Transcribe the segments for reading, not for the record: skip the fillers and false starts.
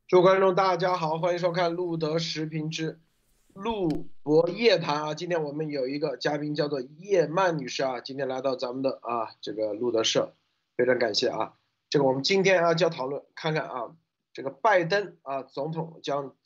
诸位观众，大家好，欢迎收看路德时评之路博夜谈啊。今天我们有一个嘉宾叫做叶曼女士啊，今天来到咱们的这个路德社，非常感谢啊。这个我们今天就要讨论看看这个拜登总统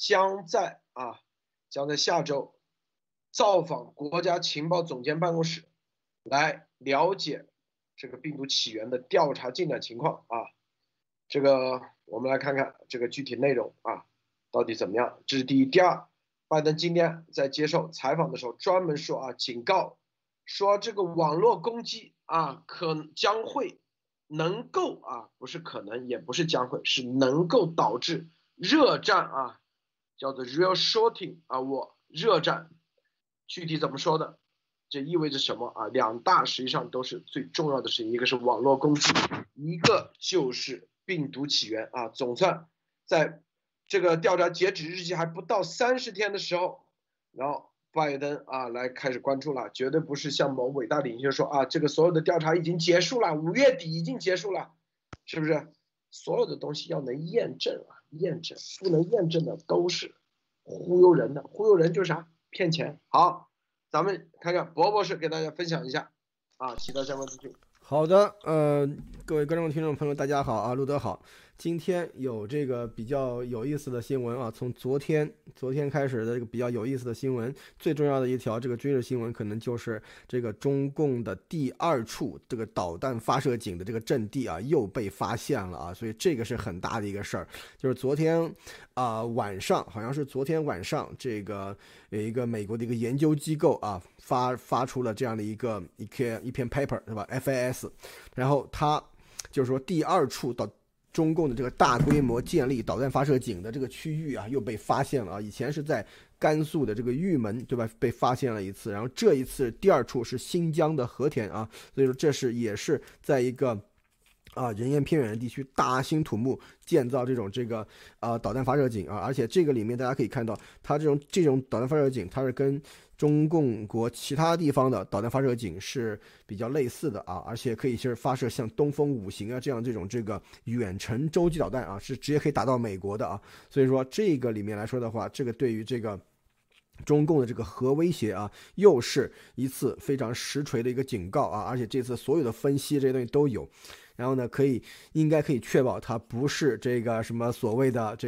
将在下周造访国家情报总监办公室，来了解这个病毒起源的调查进展情况啊。这个我们来看看这个具体内容到底怎么样？这是第一。第二，拜登今天在接受采访的时候专门说警告说这个网络攻击将会能够不是可能也不是将会，是能够导致热战叫做 real shooting 热战。具体怎么说的？这意味着什么两大实际上都是最重要的事情，一个是网络攻击，一个就是病毒起源总算在这个调查截止日期还不到30天的时候，然后拜登来开始关注了，绝对不是像某伟大领袖说这个所有的调查已经结束了，5月底已经结束了，是不是？所有的东西要能验证验证，不能验证的都是忽悠人的，忽悠人就是啥？骗钱。好，咱们看看博博士给大家分享一下其他相关资讯。 好的，各位观众、听众朋友，大家好啊，路德好。今天有这个比较有意思的新闻从昨天开始的这个比较有意思的新闻，最重要的一条这个追日新闻，可能就是这个中共的第2处这个导弹发射井的这个阵地又被发现了所以这个是很大的一个事儿。就是昨天晚上，好像是昨天晚上，这个有一个美国的一个研究机构发出了这样的一篇 paper 是吧 FAS， 然后他就是说第2处中共的这个大规模建立导弹发射井的这个区域又被发现了以前是在甘肃的这个玉门对吧被发现了一次，然后这一次第2处是新疆的和田所以说这也是在一个人烟偏远的地区大兴土木建造这种导弹发射井而且这个里面大家可以看到，它这种导弹发射井，它是跟中共国其他地方的导弹发射井是比较类似的而且可以是发射像东风5型这个远程洲际导弹是直接可以打到美国的所以说这个里面来说的话，这个对于这个中共的这个核威胁又是一次非常实锤的一个警告而且这次所有的分析这些东西都有，然后呢应该可以确保它不是这个什么所谓的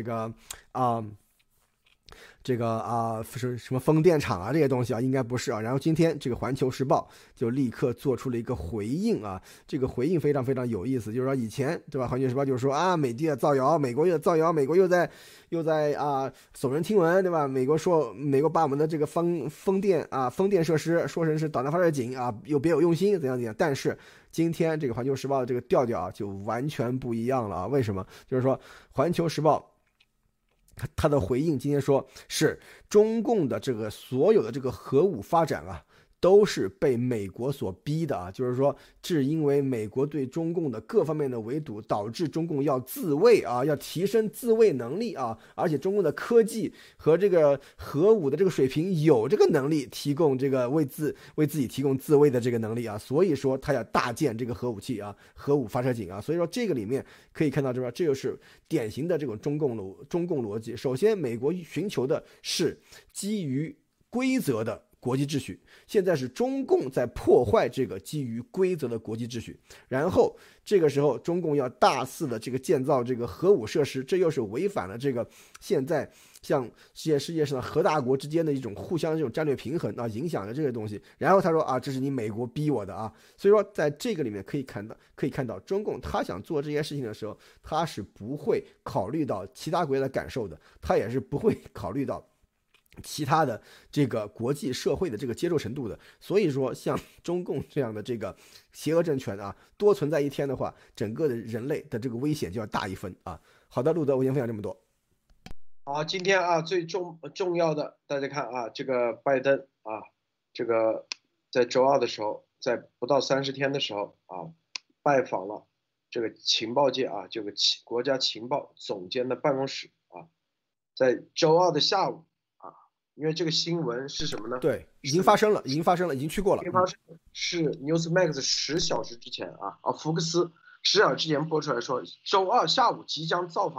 是什么风电场这些东西应该不是然后今天这个环球时报就立刻做出了一个回应这个回应非常非常有意思，就是说以前对吧，环球时报就是说美帝造谣，美国又造谣，美国又在耸人听闻对吧，美国把我们的这个风电设施说成是导弹发射井又别有用心怎样怎样，但是今天这个环球时报的这个调调就完全不一样了为什么？就是说环球时报他的回应今天说是中共的这个所有的这个核武发展都是被美国所逼的就是说是因为美国对中共的各方面的围堵，导致中共要自卫要提升自卫能力而且中共的科技和这个核武的这个水平有这个能力提供这个为自己提供自卫的这个能力所以说他要大建这个核武器核武发射井所以说这个里面可以看到这就是典型的这种中共逻辑。首先美国寻求的是基于规则的国际秩序，现在是中共在破坏这个基于规则的国际秩序，然后这个时候中共要大肆的这个建造这个核武设施，这又是违反了这个现在像世界上的核大国之间的一种互相这种战略平衡影响了这个东西。然后他说这是你美国逼我的所以说在这个里面可以看到中共他想做这些事情的时候，他是不会考虑到其他国家的感受的，他也是不会考虑到其他的这个国际社会的这个接受程度的。所以说像中共这样的这个邪恶政权多存在一天的话，整个的人类的这个危险就要大一分好的，路德，我先分享这么多。 好，今天最重要的，大家看这个拜登这个在周2的时候，在不到30天的时候拜访了这个情报界这个国家情报总监的办公室在周2的下午因为这个新闻是什么呢？ 对，已经发生了，已经去过了。 是 Newsmax 10小时之前福克斯10小时之前播出来说，周2下午即将造访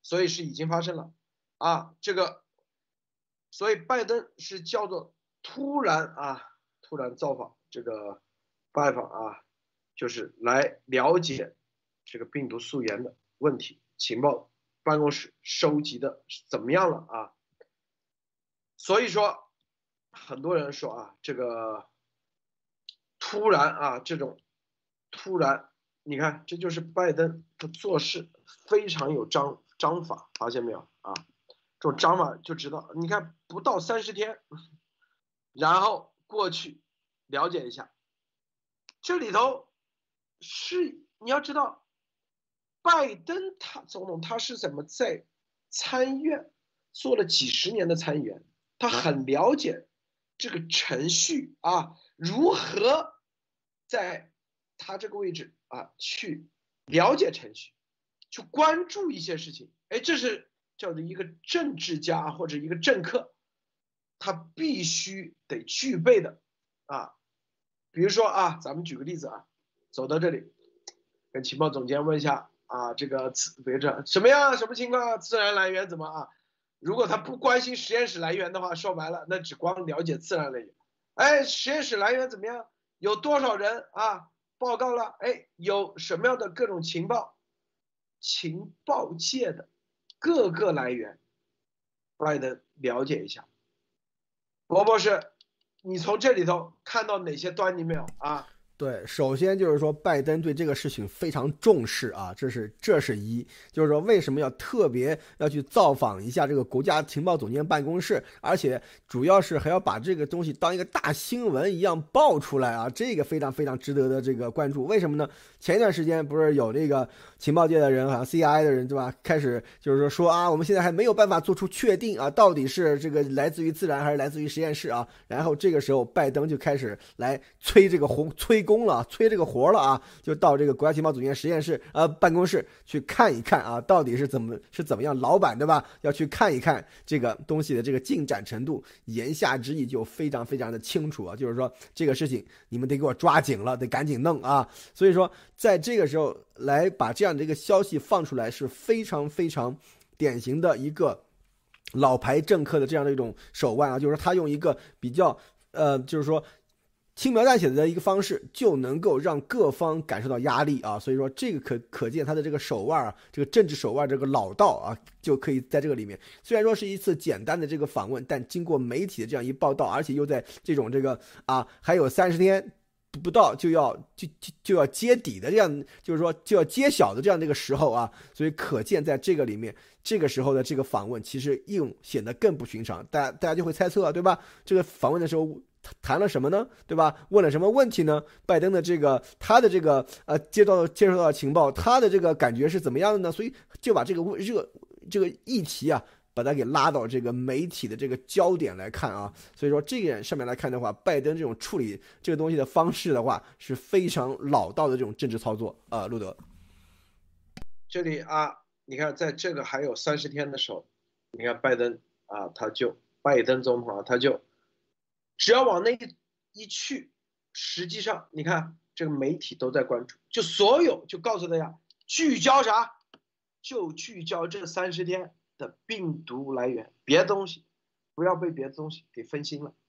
所以是已经发生了啊。这个，所以拜登是叫做突然造访这个拜访啊，就是来了解这个病毒溯源的问题，情报办公室收集的怎么样了啊？所以说，很多人说啊，这个突然啊，这种突然，你看，这就是拜登他做事非常有章法，发现没有啊？这种章法就知道，你看不到30天，然后过去了解一下，这里头是你要知道，拜登总统他是怎么在参议院做了几十年的参议员，他很了解这个程序啊，如何在他这个位置啊去了解程序，去关注一些事情。哎，这是叫做一个政治家或者一个政客他必须得具备的啊。比如说啊，咱们举个例子啊，走到这里，跟情报总监问一下啊，这个比如说什么样什么情况，自然来源怎么啊？如果他不关心实验室来源的话，说白了，那只光了解自然来源。哎，实验室来源怎么样？有多少人啊报告了？哎，有什么样的各种情报？情报界的各个来源，拜登了解一下。罗博士，你从这里头看到哪些端倪没有啊？ 对，首先就是说，拜登对这个事情非常重视啊，这是一，就是说为什么要特别要去造访一下这个国家情报总监办公室，而且主要是还要把这个东西当一个大新闻一样爆出来啊，这个非常非常值得的这个关注。为什么呢？前一段时间不是有这个情报界的人，好像 CIA 的人对吧，开始就是说啊，我们现在还没有办法做出确定啊，到底是这个来自于自然还是来自于实验室啊。然后这个时候拜登就开始来催这个工了，催这个活了啊，就到这个国家情报总监实验室办公室去看一看啊，到底是怎么样，老板对吧？要去看一看这个东西的这个进展程度，言下之意就非常非常的清楚啊，就是说这个事情你们得给我抓紧了，得赶紧弄啊。所以说在这个时候来把这样的一个消息放出来，是非常非常典型的一个老牌政客的这样的一种手腕啊，就是他用一个比较就是说轻描淡写的一个方式，就能够让各方感受到压力啊，所以说这个可见他的这个手腕啊，这个政治手腕，这个老道啊，就可以在这个里面。虽然说是一次简单的这个访问，但经过媒体的这样一报道，而且又在这种这个还有30天不到就要揭底的这样，就是说就要揭晓的这样的一个时候啊，所以可见在这个里面，这个时候的这个访问其实显得更不寻常，大家就会猜测对吧？这个访问的时候谈了什么呢？对吧？问了什么问题呢？拜登的他的这个接收到的情报，他的这个感觉是怎么样的呢？所以就把这个议题啊，把它给拉到这个媒体的这个焦点来看啊。所以说这个上面来看的话，拜登这种处理这个东西的方式的话，是非常老道的这种政治操作啊。路德， 这里啊，你看在这个还有30天的时候，你看拜登拜登总统他就只要往那一去，实际上你看这个媒体都在关注，就所有就告诉大家聚焦啥，就聚焦这30天的病毒来源，别的东西不要被别的东西给分心了。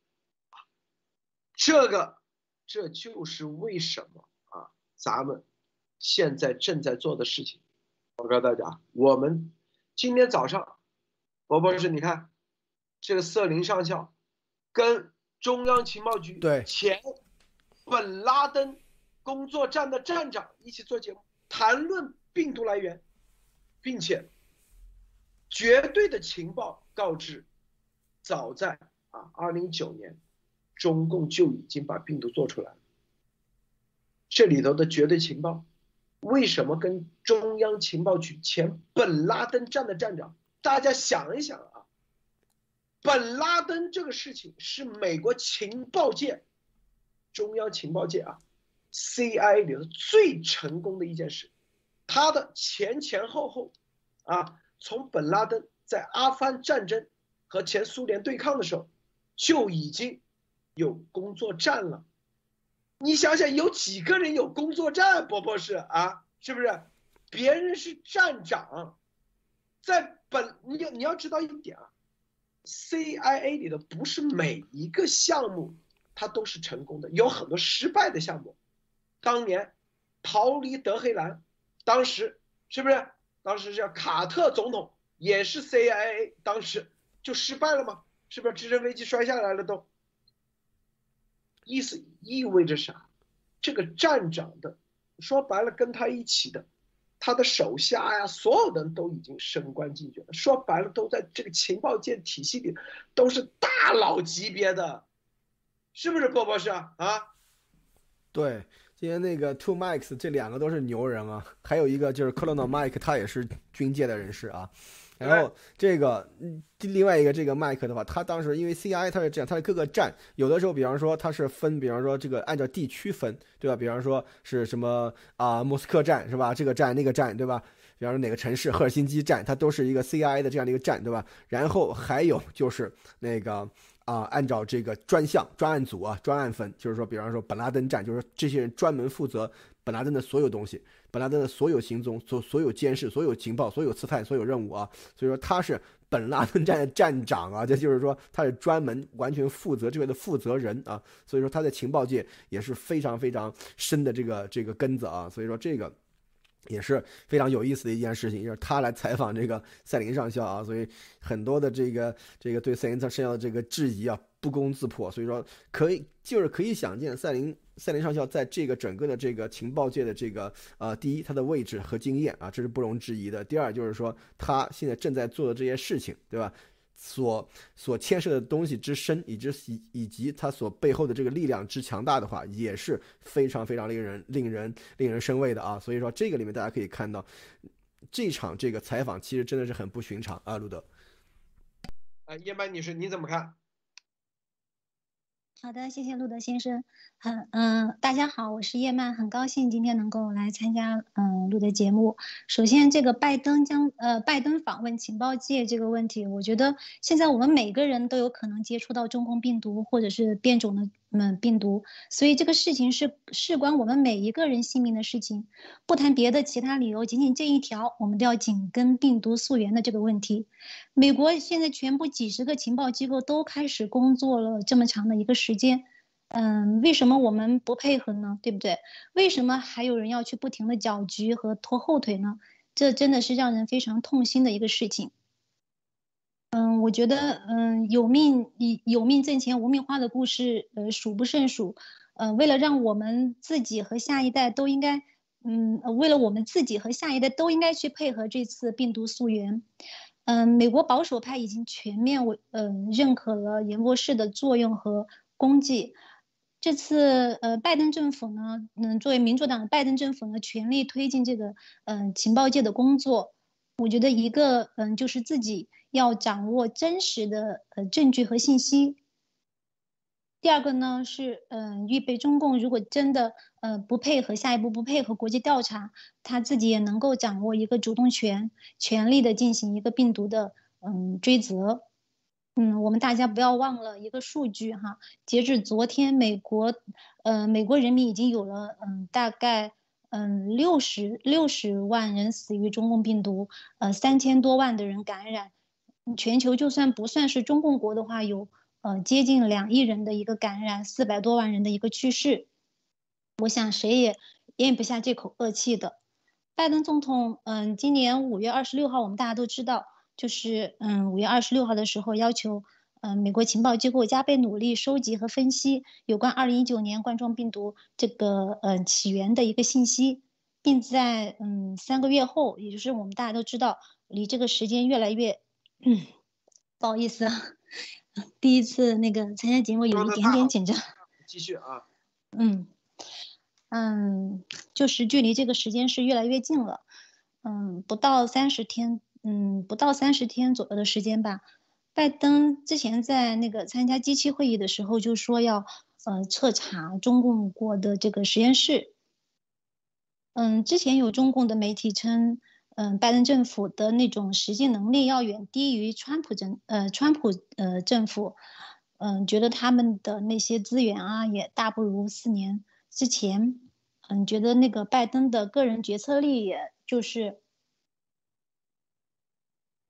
这就是为什么啊，咱们现在正在做的事情。我告诉大家，我们今天早上，伯博士，你看这个瑟林上校跟中央情报局前本拉登工作站的站长一起做节目，谈论病毒来源，并且绝对的情报告知，早在2019年，中共就已经把病毒做出来了。这里头的绝对情报，为什么跟中央情报局前本拉登站的站长？大家想一想啊，本拉登这个事情是美国情报界、中央情报界CIA 里头最成功的一件事。他的前后从本拉登在阿富汗战争和前苏联对抗的时候就已经有工作站了。你想想，有几个人有工作站？伯博士啊，是不是？别人是站长， 你要知道一点啊，CIA 里的不是每一个项目它都是成功的，有很多失败的项目。当年逃离德黑兰，当时是不是？当时叫卡特总统也是 CIA，当时就失败了吗？是不是直升飞机摔下来了都？意味着啥？这个站长的，说白了跟他一起的，他的手下呀，所有的人都已经升官进爵了。说白了，都在这个情报界体系里都是大佬级别的，是不是，波波士啊？ 对，今天那个 Two Mikes 这两个都是牛人啊，还有一个就是 Colonel Mike，他也是军界的人士啊。然后这个另外一个这个麦克的话，他当时因为 CIA 他是这样，他是各个站，有的时候比方说他是分，比方说这个按照地区分，对吧？比方说是什么莫斯科站是吧？这个站那个站对吧？比方说哪个城市赫尔辛基站，它都是一个 CIA 的这样的一个站对吧？然后还有就是那个按照这个专项专案组啊专案分，就是说比方说本拉登站，就是说这些人专门负责本拉登的所有东西，本拉登的所有行踪、所有监视、所有情报、所有刺探、所有任务啊，所以说他是本拉登站的站长啊，这就是说他是专门完全负责这个的负责人啊，所以说他在情报界也是非常非常深的这个根子啊，所以说这个也是非常有意思的一件事情，就是他来采访这个赛林上校啊，所以很多的这个对赛林上校的这个质疑啊不攻自破，所以说可以想见赛林上校在这个整个的这个情报界的这个第一他的位置和经验啊，这是不容置疑的。第二就是说他现在正在做的这些事情，对吧？所牵涉的东西之深，以及他所背后的这个力量之强大的话，也是非常非常令人生畏的啊。所以说这个里面大家可以看到，这场这个采访其实真的是很不寻常啊，路德。 叶曼女士你怎么看？ 好的，谢谢路德先生。大家好，我是叶曼，很高兴今天能够来参加录的节目。首先，这个拜登访问情报界这个问题，我觉得现在我们每个人都有可能接触到中共病毒或者是变种的病毒，所以这个事情是事关我们每一个人性命的事情。不谈别的其他理由，仅仅这一条，我们都要紧跟病毒溯源的这个问题。美国现在全部几十个情报机构都开始工作了这么长的一个时间，为什么我们不配合呢？对不对？为什么还有人要去不停的搅局和拖后腿呢？这真的是让人非常痛心的一个事情。我觉得，有命挣钱无命花的故事，数不胜数。为了让我们自己和下一代都应该，为了我们自己和下一代都应该去配合这次病毒溯源。美国保守派已经全面认可了严博士的作用和功绩。这次拜登政府呢，作为民主党的拜登政府呢，全力推进这个情报界的工作。我觉得一个就是自己要掌握真实的证据和信息。第二个呢是预备中共如果真的不配合下一步不配合国际调查，他自己也能够掌握一个主动权，全力的进行一个病毒的追责。我们大家不要忘了一个数据哈，截至昨天，美国人民已经有了大概60万人死于中共病毒，3000多万的人感染，全球就算不算是中共国的话，有接近2亿人的一个感染，400多万人的一个去世，我想谁也咽不下这口恶气的。拜登总统今年5月26号，我们大家都知道。就是5月26号的时候，要求美国情报机构加倍努力收集和分析有关2019年冠状病毒这个起源的一个信息，并在3个月后，也就是我们大家都知道，离这个时间越来越，不好意思啊，第一次那个参加节目有一点点紧张。 继续啊。 就是距离这个时间是越来越近了，不到30天。不到30天左右的时间吧。拜登之前在那个参加G7会议的时候就说要彻查中共国的这个实验室。之前有中共的媒体称，拜登政府的那种实际能力要远低于川普政府，觉得他们的那些资源啊也大不如4年之前，觉得那个拜登的个人决策力也就是。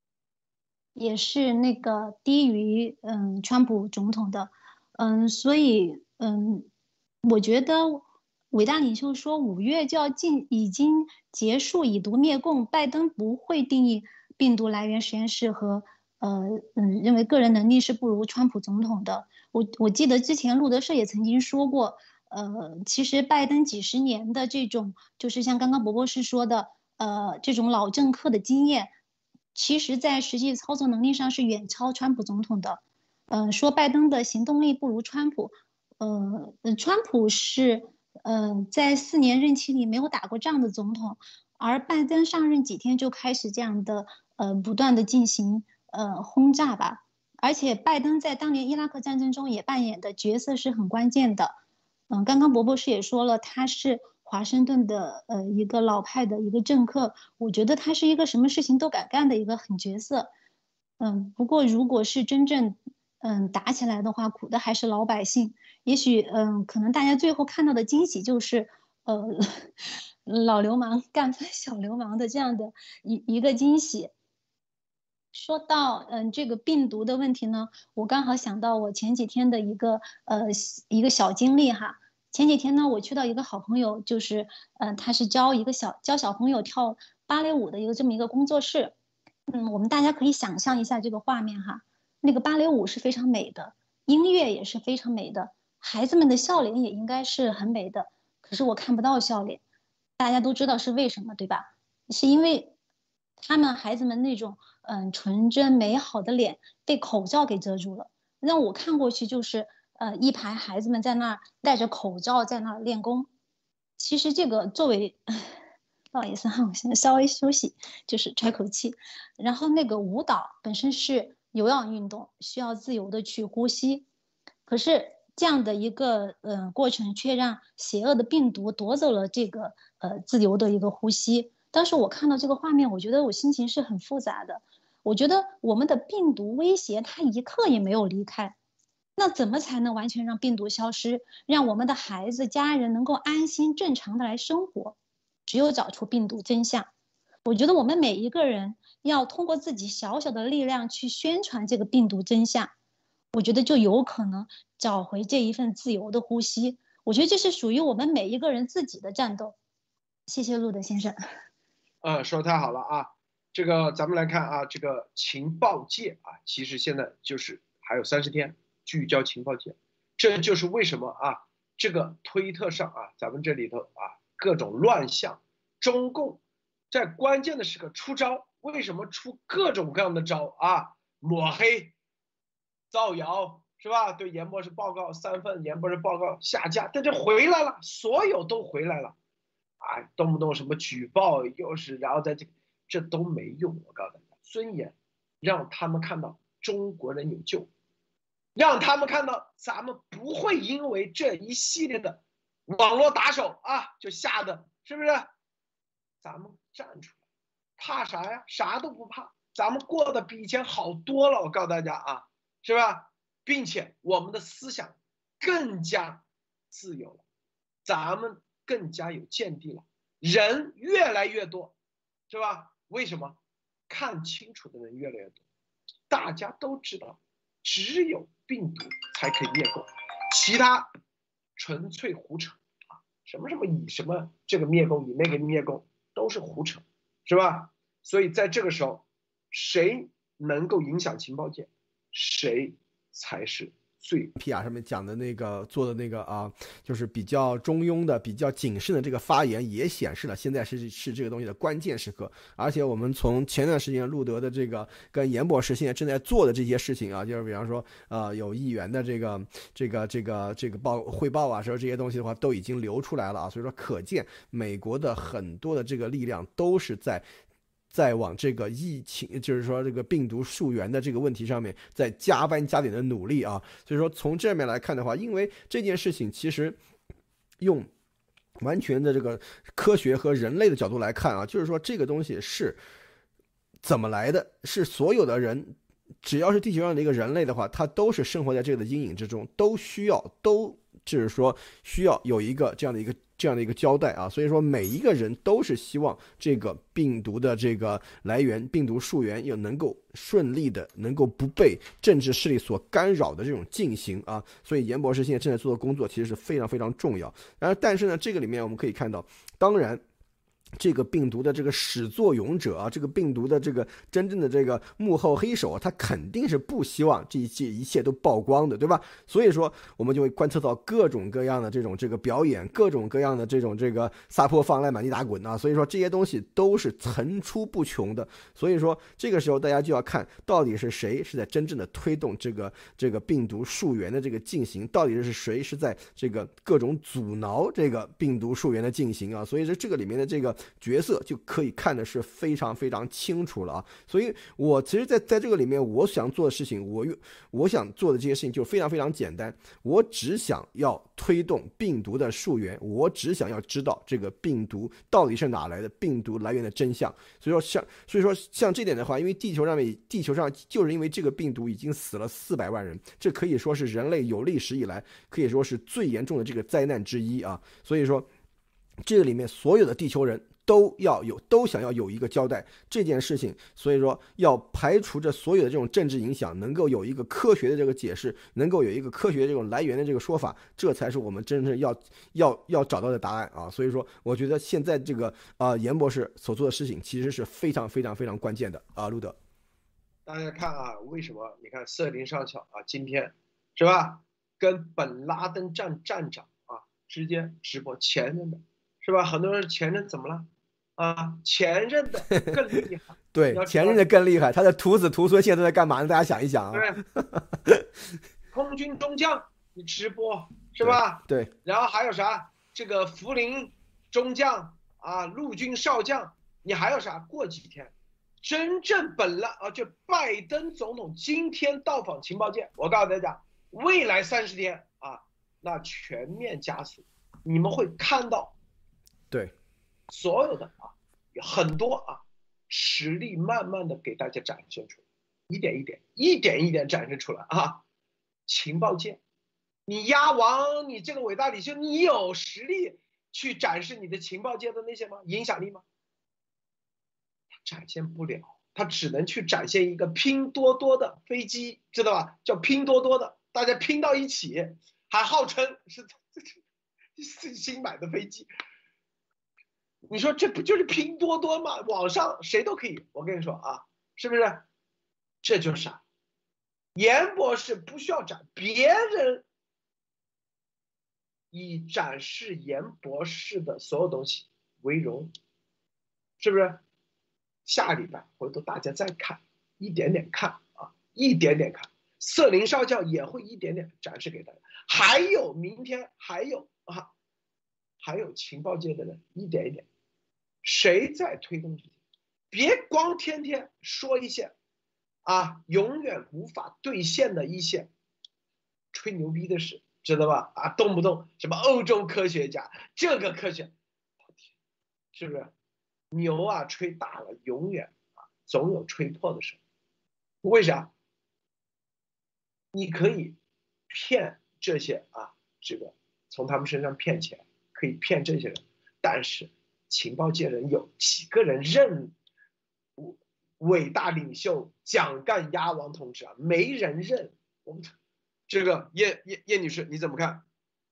也是那个低于川普总统的，所以我觉得伟大领袖说5月就要已经结束以毒灭共，拜登不会定义病毒来源实验室和认为个人能力是不如川普总统的。我记得之前路德社也曾经说过，其实拜登几十年的这种，就是像刚刚博博士说的，这种老政客的经验，其实在实际操作能力上是远超川普总统的。说拜登的行动力不如川普，川普是在4年任期里没有打过仗的总统，而拜登上任几天就开始这样的不断的进行轰炸吧。而且拜登在当年伊拉克战争中也扮演的角色是很关键的。刚刚博博士也说了，他是华盛顿的一个老派的一个政客，我觉得他是一个什么事情都敢干的一个狠角色。不过如果是真正打起来的话，苦的还是老百姓。也许可能大家最后看到的惊喜就是老流氓干翻小流氓的这样的一个惊喜。说到这个病毒的问题呢，我刚好想到我前几天的一个小经历哈。前几天呢，我去到一个好朋友，就是他是教小朋友跳芭蕾舞的这么一个工作室。我们大家可以想象一下这个画面哈，那个芭蕾舞是非常美的，音乐也是非常美的，孩子们的笑脸也应该是很美的，可是我看不到笑脸。大家都知道是为什么对吧？是因为他们孩子们那种纯真美好的脸被口罩给遮住了，让我看过去就是一排孩子们在那儿戴着口罩在那儿练功。其实这个作为不好意思哈，我现在稍微休息，就是喘口气。然后那个舞蹈本身是有氧运动，需要自由的去呼吸，可是这样的一个过程却让邪恶的病毒夺走了这个自由的一个呼吸。当时我看到这个画面，我觉得我心情是很复杂的。我觉得我们的病毒威胁它一刻也没有离开，那怎么才能完全让病毒消失，让我们的孩子家人能够安心正常的来生活？只有找出病毒真相。我觉得我们每一个人要通过自己小小的力量去宣传这个病毒真相，我觉得就有可能找回这一份自由的呼吸。我觉得这是属于我们每一个人自己的战斗。谢谢路德先生。 说得太好了啊！这个咱们来看啊，这个情报界啊，其实现在就是还有30天聚焦情报界，这就是为什么啊，这个推特上啊，咱们这里头啊各种乱象，中共在关键的时刻出招，为什么出各种各样的招啊？抹黑、造谣是吧？对严博士报告3份严博士报告下架，但就回来了，所有都回来了。动不动什么举报，又是然后在这都没用。我告诉大家，尊严让他们看到中国人有救，让他们看到咱们不会因为这一系列的网络打手啊就吓得，是不是？咱们站出来，怕啥呀？啥都不怕，咱们过得比以前好多了。我告诉大家啊，是吧？并且我们的思想更加自由了，咱们更加有见地了，人越来越多，是吧？为什么？看清楚的人越来越多，大家都知道，只有病毒才可以灭共，其他纯粹胡扯啊！什么以什么这个灭共，以那个灭共，都是胡扯，是吧？所以在这个时候，谁能够影响情报界，谁才是 PR 上面讲的那个做的那个啊，就是比较中庸的、比较谨慎的这个发言，也显示了现在是这个东西的关键时刻。而且我们从前段时间路德的这个跟严博士现在正在做的这些事情啊，就是比方说有议员的这个汇报啊，说这些东西的话都已经流出来了啊，所以说可见美国的很多的这个力量都是在往这个疫情，就是说这个病毒溯源的这个问题上面，在加班加点的努力啊。所以说从这面来看的话，因为这件事情其实用完全的这个科学和人类的角度来看啊，就是说这个东西是怎么来的？是所有的人，只要是地球上的一个人类的话，他都是生活在这个的阴影之中，都就是说需要有一个这样的一个这样的一个交代啊。所以说每一个人都是希望这个病毒的这个来源、病毒溯源也能够顺利的，能够不被政治势力所干扰的这种进行啊。所以严博士现在正在做的工作其实是非常非常重要。但是呢，这个里面我们可以看到，当然这个病毒的这个始作俑者啊，这个病毒的这个真正的这个幕后黑手啊，他肯定是不希望这一切都曝光的，对吧？所以说我们就会观测到各种各样的这个表演，各种各样的这个撒泼放赖满地打滚啊，所以说这些东西都是层出不穷的。所以说这个时候大家就要看到底是谁是在真正的推动这个病毒溯源的这个进行，到底是谁是在这个各种阻挠这个病毒溯源的进行啊。所以说这个里面的这个角色就可以看的是非常非常清楚了啊。所以我其实在这个里面我想做的事情，我想做的这些事情就非常非常简单，我只想要推动病毒的溯源，我只想要知道这个病毒到底是哪来的，病毒来源的真相。所以说像这点的话，因为地球上就是因为这个病毒已经死了400万人，这可以说是人类有历史以来可以说是最严重的这个灾难之一啊。所以说这个里面所有的地球人都想要有一个交代这件事情，所以说要排除着所有的这种政治影响，能够有一个科学的这个解释，能够有一个科学的这种来源的这个说法，这才是我们真正要找到的答案啊。所以说我觉得现在这个严博士所做的事情其实是非常非常非常关键的啊。路德， 大家看啊，为什么你看瑟林上校啊，今天是吧，跟本拉登站长啊之间直播前任的，是吧？很多人前任怎么了啊？前任的更厉害， 对，前任的更厉害，他的徒子徒孙现在都在干嘛呢？大家想一想啊。 对，空军中将你直播是吧？ 对， 然后还有啥？这个福林中将啊，陆军少将，你还有啥？过几天，真正就拜登总统今天到访情报界，我告诉大家，未来30天啊，那全面加速，你们会看到， 对， 所有的很多实力慢慢的给大家展现出来，一点一点展现出来啊。情报界，你鸭王，你这个伟大领袖，你有实力去展示你的情报界的那些吗？影响力吗？他展现不了，他只能去展现一个拼多多的飞机，知道吧？叫拼多多的，大家拼到一起，还号称是自己新买的飞机。你说这不就是拼多多吗？网上谁都可以，我跟你说啊，是不是？这就是严博士不需要展，别人以展示严博士的所有东西为荣，是不是？下礼拜回头大家再看，一点点看啊，一点点看。瑟林少校也会一点点展示给大家，还有明天还有情报界的人一点一点。谁在推动这些？别光天天说一些永远无法兑现的一些吹牛逼的事，知道吧？动不动什么欧洲科学家，这个科学，是不是？牛吹大了，永远总有吹破的时候。为啥？你可以骗这些这个从他们身上骗钱，可以骗这些人，但是情报界人有几个人认伟大领袖蒋干鸭王同志没人认。我们这个叶女士你怎么看？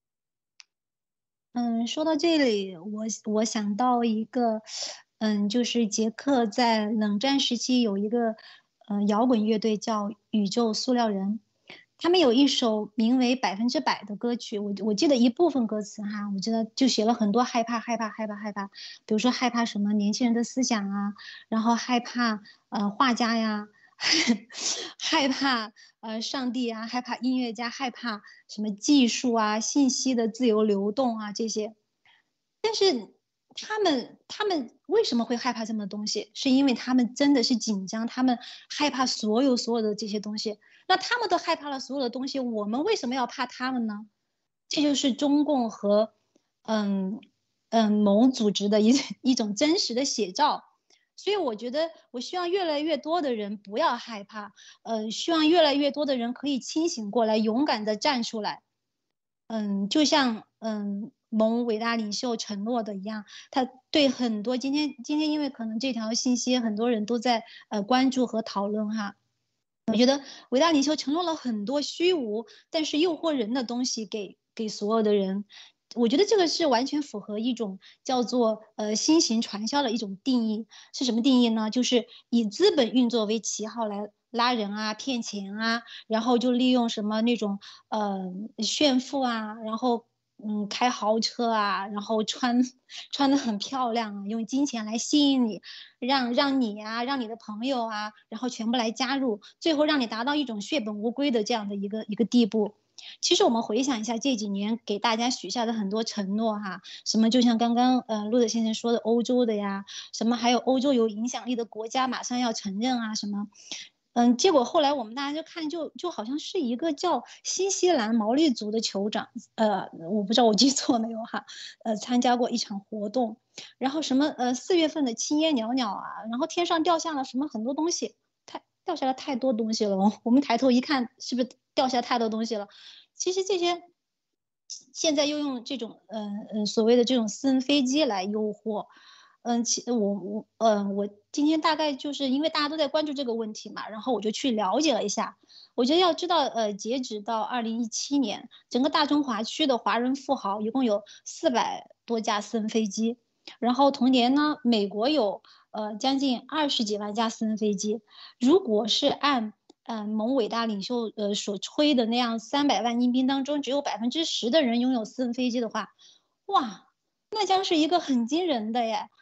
说到这里，我想到一个，就是捷克在冷战时期有一个摇滚乐队叫宇宙塑料人。他们有一首名为100%的歌曲，我记得一部分歌词我记得就写了很多害怕，比如说害怕什么年轻人的思想然后害怕画家呀，害怕上帝害怕音乐家，害怕什么技术信息的自由流动这些。但是他们为什么会害怕这么东西？是因为他们真的是紧张，他们害怕所有的这些东西。那他们都害怕了所有的东西，我们为什么要怕他们呢？这就是中共和某组织的一种真实的写照。所以我觉得我希望越来越多的人不要害怕，希望越来越多的人可以清醒过来，勇敢地站出来。就像蒙伟大领袖承诺的一样，他对很多今天因为可能这条信息很多人都在关注和讨论哈。我觉得伟大领袖承诺了很多虚无但是诱惑人的东西给所有的人，我觉得这个是完全符合一种叫做新型传销的一种定义。是什么定义呢？就是以资本运作为旗号来拉人啊、骗钱啊，然后就利用什么那种炫富啊，然后开豪车啊，然后穿得很漂亮啊，用金钱来吸引你，让你啊，让你的朋友啊，然后全部来加入，最后让你达到一种血本无归的这样的一个地步。其实我们回想一下这几年给大家许下的很多承诺哈，什么就像刚刚路德先生说的欧洲的呀，什么还有欧洲有影响力的国家马上要承认啊什么。结果后来我们大家就看就好像是一个叫新西兰毛利族的酋长，我不知道我记错没有哈，参加过一场活动，然后什么4月份的青烟袅袅啊，然后天上掉下了什么很多东西，掉下来太多东西了，我们抬头一看，是不是掉下太多东西了？其实这些现在又用这种所谓的这种私人飞机来诱惑。我今天大概就是因为大家都在关注这个问题嘛，然后我就去了解了一下。我觉得要知道，截止到2017年，整个大中华区的华人富豪一共有400多架私人飞机，然后同年呢，美国有将近20几万架私人飞机。如果是按蒙伟大领袖所吹的那样，300万阴兵当中只有10%的人拥有私人飞机的话，哇，那将是一个很惊人的耶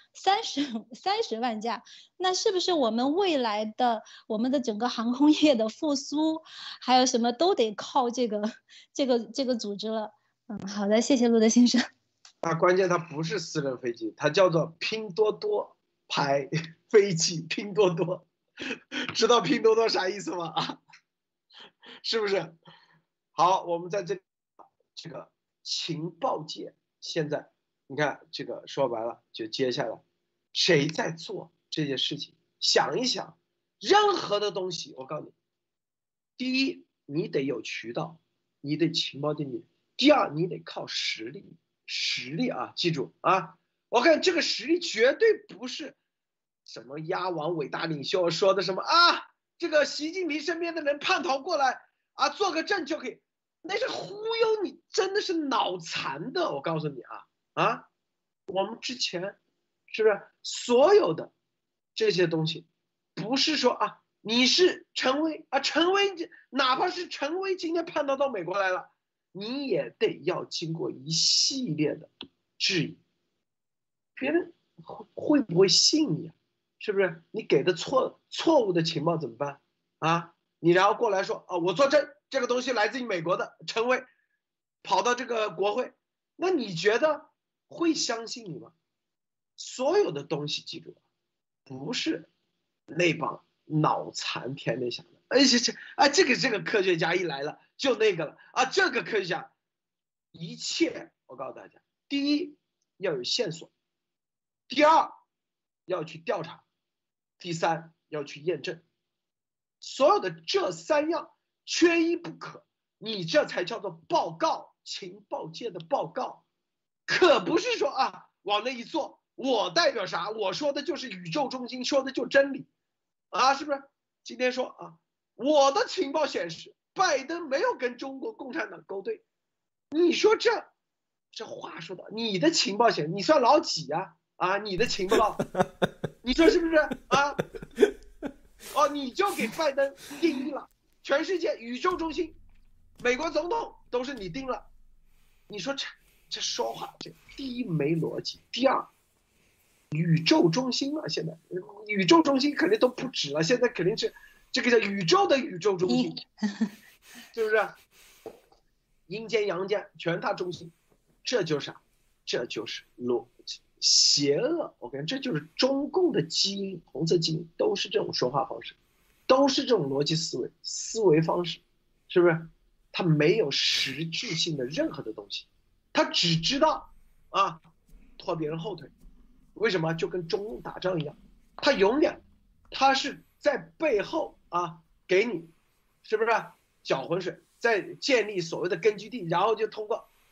，30万架，那是不是我们未来的我们的整个航空业的复苏，还有什么都得靠这个组织了？好的，谢谢路德先生。 关键它不是私人飞机，它叫做拼多多牌飞机，拼多多，知道拼多多啥意思吗？是不是？好，我们在这个情报界，现在你看这个说白了，就接下来谁在做这件事情？想一想，任何的东西，我告诉你，第一，你得有渠道，你得情报经济；第二，你得靠实力啊！记住啊，我看这个实力绝对不是什么鸭王伟大领袖说的什么啊，这个习近平身边的人叛逃过来啊，做个证就可以，那是忽悠你，真的是脑残的！我告诉你啊，我们之前是不是所有的这些东西，不是说啊，你是陈薇啊，陈薇哪怕是陈薇今天叛逃到美国来了，你也得要经过一系列的质疑，别人会不会信你啊？是不是？你给的错误的情报怎么办啊？你然后过来说啊，我作证这个东西来自于美国的陈薇，跑到这个国会，那你觉得会相信你吗？所有的东西记住，不是那帮脑残天天想的，而且这个科学家一来了就那个了啊，这个科学家，一切我告诉大家，第一要有线索，第二要去调查，第三要去验证，所有的这3样缺一不可，你这才叫做报告，情报界的报告，可不是说啊往那一坐，我代表啥，我说的就是宇宙中心，说的就真理啊，是不是？今天说啊，我的情报显示拜登没有跟中国共产党勾兑，你说这话说的，你的情报显示你算老几呀？啊，你的情报，你说是不是啊？哦，你就给拜登定义了，全世界宇宙中心，美国总统都是你定了，你说这说话，这第一没逻辑，第二，宇宙中心啊，现在宇宙中心肯定都不止了，现在肯定是这个叫宇宙的宇宙中心，是不是？阴间阳间全他中心，这就是啥？这就是邪恶。我跟你，这就是中共的基因，红色基因都是这种说话方式，都是这种逻辑思维方式，是不是？他没有实质性的任何的东西，他只知道啊拖别人后腿。为什么？就跟中共打仗一样，他永远他是在背后啊给你，是不是搅浑水，在建立所谓的根据地，然后就通过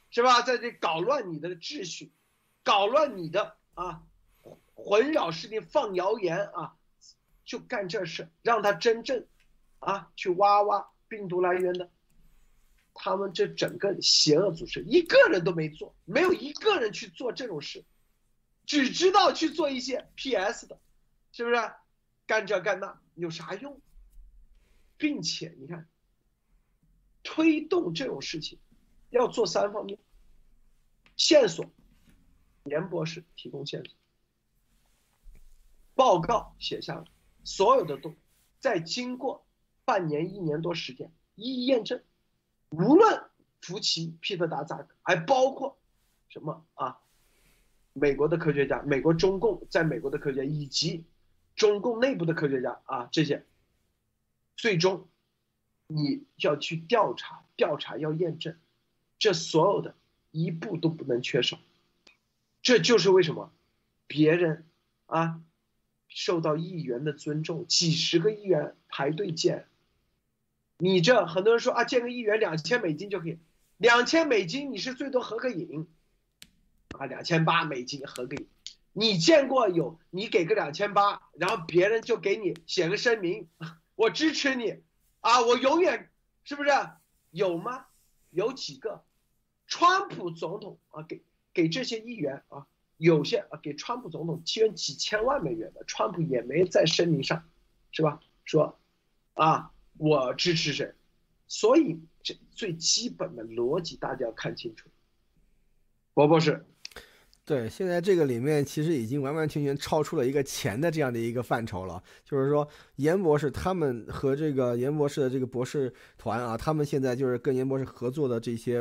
是吧？在这搞乱你的秩序，搞乱你的混扰视听，放谣言就干这事，让他真正去挖病毒来源的。他们这整个邪恶组织一个人都没做，没有一个人去做这种事，只知道去做一些 PS 的，是不是？干这干那有啥用？并且你看，推动这种事情要做3方面：线索，严博士提供线索，报告写下来，所有的都再经过半年1年多时间一一验证。无论福奇、皮特达扎克，还包括什么美国的科学家，美国中共在美国的科学家，以及中共内部的科学家这些，最终你要去调查要验证，这所有的一步都不能缺少。这就是为什么别人受到议员的尊重，几十个议员排队见。你这很多人说见个议员2000美金就可以，2000美金你是最多合个影，2800美金合个影。你见过有你给个2800，然后别人就给你写个声明，我支持你我永远，是不是？有吗？有几个？川普总统给这些议员有些给川普总统捐几千万美元的，川普也没在声明上，是吧？说我支持谁。所以这最基本的逻辑大家要看清楚。博博士， 对，现在这个里面其实已经完完全全超出了一个钱的这样的一个范畴了。就是说，严博士他们和这个严博士的这个博士团他们现在就是跟严博士合作的这些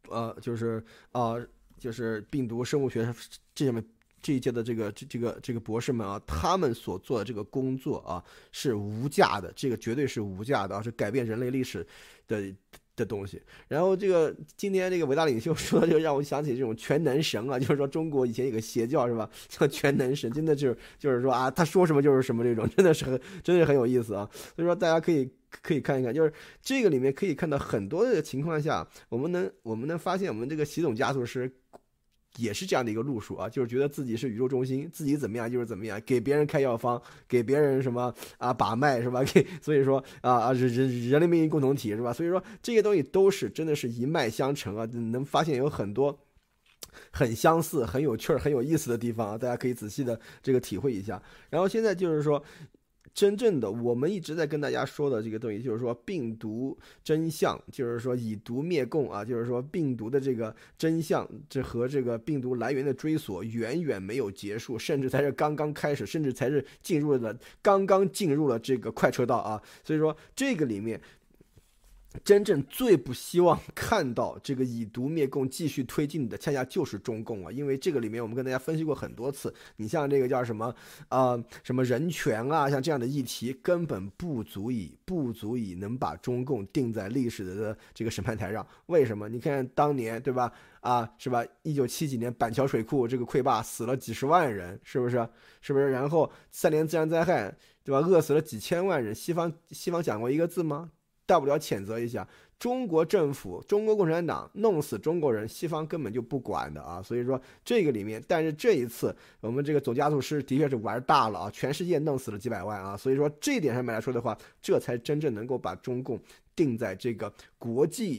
就是病毒生物学这一届的这个博士们他们所做的这个工作是无价的，这个绝对是无价的是改变人类历史的东西。然后这个今天这个伟大领袖说的，就让我想起这种全能神就是说中国以前有个邪教是吧，叫全能神，真的就是说他说什么就是什么，这种真的是很有意思所以说大家可以看一看，就是这个里面可以看到很多的情况下，我们能发现我们这个习总加速师也是这样的一个路数就是觉得自己是宇宙中心，自己怎么样就是怎么样，给别人开药方，给别人什么把脉是吧？所以说人类命运共同体是吧？所以说这些东西都是真的是一脉相承能发现有很多很相似、很有趣、很有意思的地方大家可以仔细的这个体会一下。然后现在就是说，真正的我们一直在跟大家说的这个东西，就是说病毒真相，就是说以毒灭共就是说病毒的这个真相，这和这个病毒来源的追索远远没有结束，甚至才是刚刚开始，甚至才是刚刚进入了这个快车道所以说这个里面真正最不希望看到这个以毒灭共继续推进的，恰恰就是中共因为这个里面我们跟大家分析过很多次，你像这个叫什么什么人权像这样的议题，根本不足以能把中共定在历史的这个审判台上。为什么？你看当年对吧是吧？1970几年板桥水库这个溃坝死了几十万人，是不是？然后3年自然灾害对吧？饿死了几千万人，西方讲过一个字吗？大不了谴责一下中国政府，中国共产党弄死中国人，西方根本就不管的所以说这个里面，但是这一次我们这个总加速师的确是玩大了全世界弄死了几百万所以说这一点上面来说的话，这才真正能够把中共定在这个国际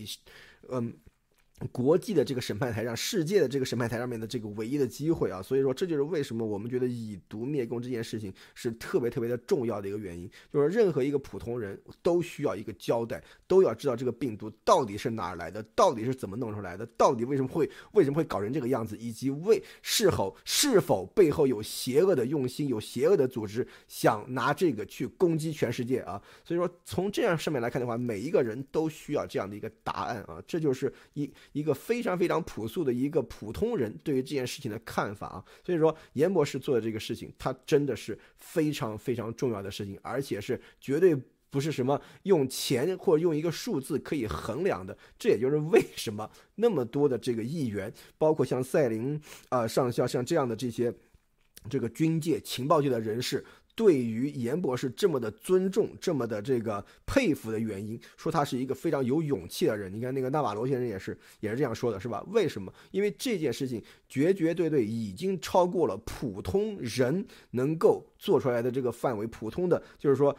的这个审判台上，世界的这个审判台上面的这个唯一的机会所以说这就是为什么我们觉得以毒灭共这件事情是特别特别的重要的一个原因，就是任何一个普通人都需要一个交代，都要知道这个病毒到底是哪儿来的，到底是怎么弄出来的，到底为什么会搞成这个样子，以及是否背后有邪恶的用心，有邪恶的组织想拿这个去攻击全世界所以说从这样上面来看的话，每一个人都需要这样的一个答案这就是一个非常非常朴素的一个普通人对于这件事情的看法所以说严博士做的这个事情，他真的是非常非常重要的事情，而且是绝对不是什么用钱或者用一个数字可以衡量的。这也就是为什么那么多的这个议员，包括像赛林上校，像这样的这些这个军界情报界的人士， 对于严博士这么的尊重，这么的这个佩服的原因，说他是一个非常有勇气的人。你看那个纳瓦罗先生也是这样说的，是吧？为什么？因为这件事情绝对已经超过了普通人能够做出来的这个范围，普通的就是说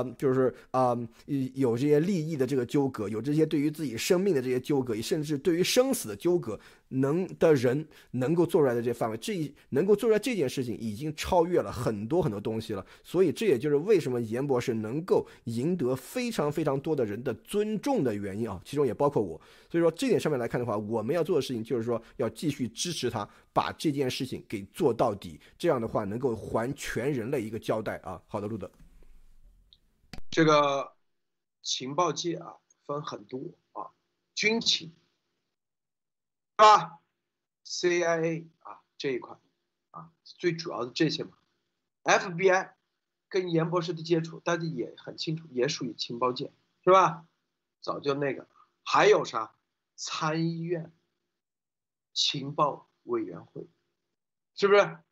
有这些利益的这个纠葛，有这些对于自己生命的这些纠葛，甚至对于生死的纠葛，的人能够做出来的这些范围，能够做出来这件事情已经超越了很多东西了。所以这也就是为什么严博士能够赢得非常多的人的尊重的原因啊，其中也包括我。所以说这点上面来看的话，我们要做的事情就是说要继续支持他，把这件事情给做到底，这样的话能够还全人类一个交代啊。好的，路德。 这个情报界啊分很多啊，军情是吧 ？CIA 啊这一块啊最主要的这些嘛。FBI 跟严博士的接触，大家也很清楚，也属于情报界，是吧？早就那个，还有啥？参议院情报委员会，是不是？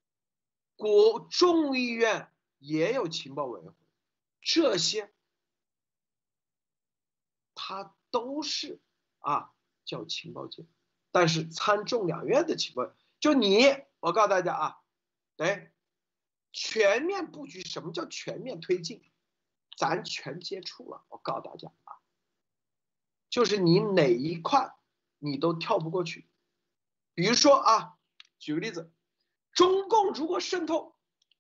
众议院也有情报委员会，这些它都是啊叫情报界，但是参众两院的情报，就我告诉大家啊，全面布局，什么叫全面推进？咱全接触了，我告诉大家啊，就是你哪一块你都跳不过去。比如说啊，举个例子，中共如果渗透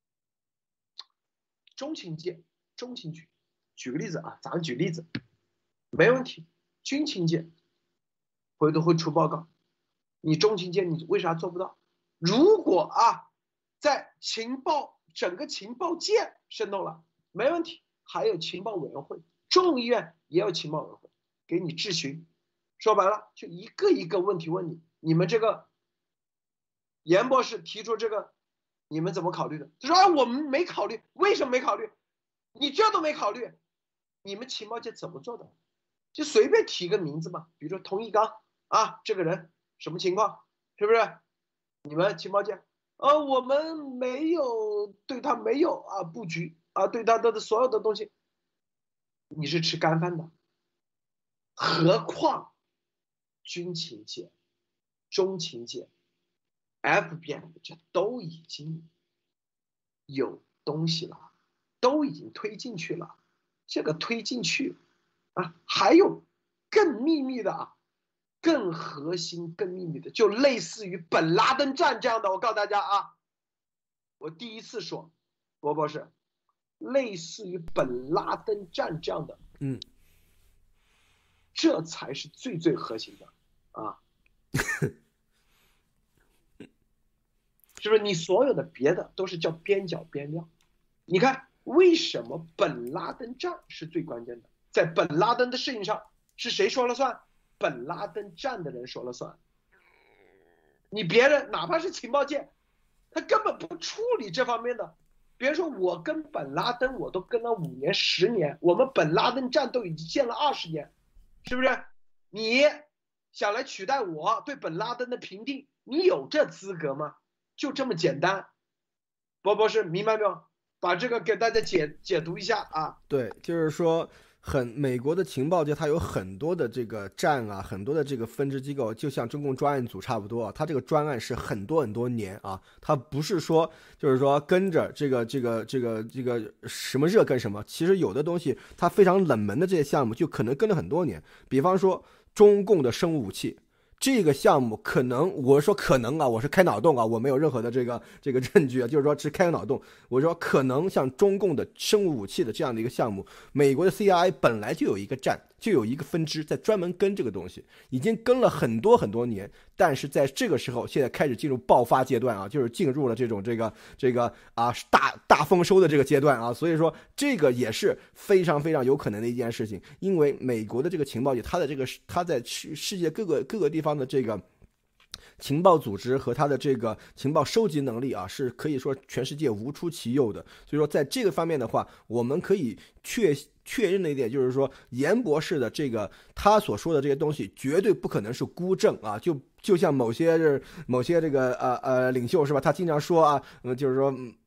中情界、中情局，举个例子啊，咱们举例子，没问题。军情界回头会出报告，你中情界你为啥做不到？如果啊，在整个情报界渗透了，没问题，还有情报委员会，众议院也有情报委员会给你质询。说白了，就一个一个问题问你，你们这个严博士提出这个，你们怎么考虑的？他说我们没考虑，为什么没考虑？你这都没考虑，你们情报界怎么做的？就随便提个名字嘛，比如说童一刚啊，这个人什么情况，是不是？你们情报界，我们没有对他没有布局啊，对他的所有的东西，你是吃干饭的。何况军情界、中情界、FBI 这都已经有东西了，都已经推进去了。这个推进去啊，还有更秘密的啊，更核心、更秘密的，就类似于本拉登战这样的。我告诉大家啊，我第一次说，博博士，类似于本拉登战这样的，这才是最核心的啊，是不是？你所有的别的都是叫边角边料。你看为什么本拉登战是最关键的？在本拉登的事情上是谁说了算？本拉登战的人说了算。你别人哪怕是情报界，他根本不处理这方面的。别人说我跟本拉登我都跟了5年10年，我们本拉登战都已经建了20年，是不是？你想来取代我对本拉登的评定，你有这资格吗？就这么简单。博士明白没有？把这个给大家解读一下啊。 对，就是说美国的情报界它有很多的这个站啊，很多的这个分支机构，就像中共专案组差不多啊。它这个专案是很多年啊，它不是说就是说跟着这个什么热跟什么。其实有的东西它非常冷门的这些项目就可能跟了很多年。比方说中共的生物武器。这个项目可能，我说可能啊，我是开脑洞啊，我没有任何的这个证据啊，就是说只开个脑洞。我说可能像中共的生物武器的这样的一个项目，美国的 CIA 本来就有一个站，就有一个分支在专门跟这个东西，已经跟了很多年，但是在这个时候，现在开始进入爆发阶段啊，就是进入了这个大丰收的这个阶段啊，所以说这个也是非常有可能的一件事情，因为美国的这个情报界，它在世界各个地方的这个情报组织和它的这个情报收集能力啊，是可以说全世界无出其右的。所以说在这个方面的话，我们可以确认的一点就是说，严博士的这个他所说的这些东西绝对不可能是孤证啊，就像某些这个领袖是吧，他经常说啊，就是说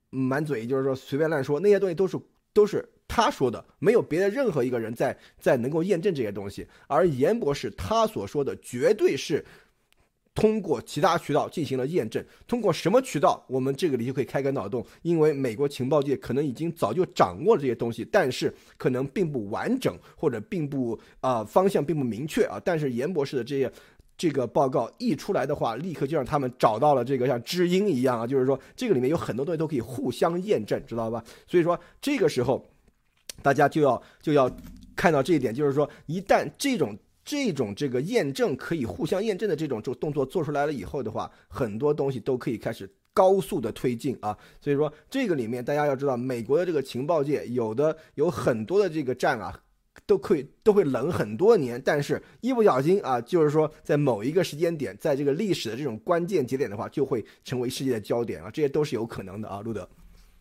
满嘴就是说随便乱说，那些东西都是他说的，没有别的任何一个人在能够验证这些东西。而严博士他所说的绝对是通过其他渠道进行了验证，通过什么渠道，我们这个里就可以开个脑洞，因为美国情报界可能已经早就掌握了这些东西，但是可能并不完整，或者并不方向并不明确啊。但是严博士的这个报告一出来的话，立刻就让他们找到了这个像知音一样啊，就是说这个里面有很多东西都可以互相验证，知道吧？所以说这个时候大家就要看到这一点，就是说一旦这种这个验证可以互相验证的这种动作做出来了以后的话，很多东西都可以开始高速的推进啊。所以说这个里面大家要知道，美国的这个情报界有很多的这个站啊，都会冷很多年，但是一不小心啊，就是说在某一个时间点，在这个历史的这种关键节点的话，就会成为世界的焦点啊，这些都是有可能的啊，路德。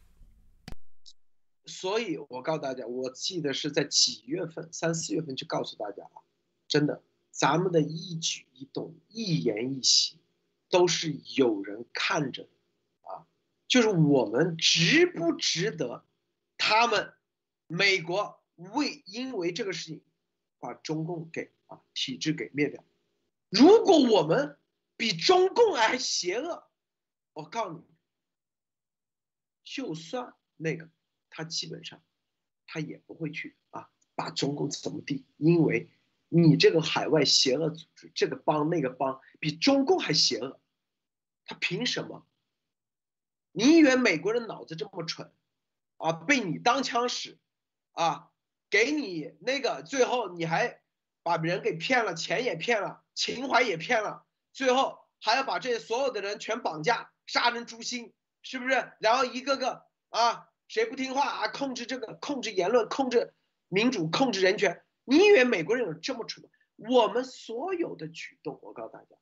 所以我告诉大家，我记得是在几月份，3、4月份就告诉大家了，真的，咱们的一举一动、一言一行，都是有人看着的啊，就是我们值不值得他们美国因为这个事情把中共给体制给灭掉。如果我们比中共还邪恶，我告诉你，就算那个他基本上他也不会去把中共怎么地，因为你这个海外邪恶组织，这个帮那个帮比中共还邪恶，他凭什么？你以为美国人脑子这么蠢被你当枪使给你那个，最后你还把人给骗了，钱也骗了，情怀也骗了，最后还要把这些所有的人全绑架，杀人诛心，是不是？然后一个个谁不听话控制这个，控制言论，控制民主，控制人权。你以为美国人有这么蠢吗？我们所有的举动，我告诉大家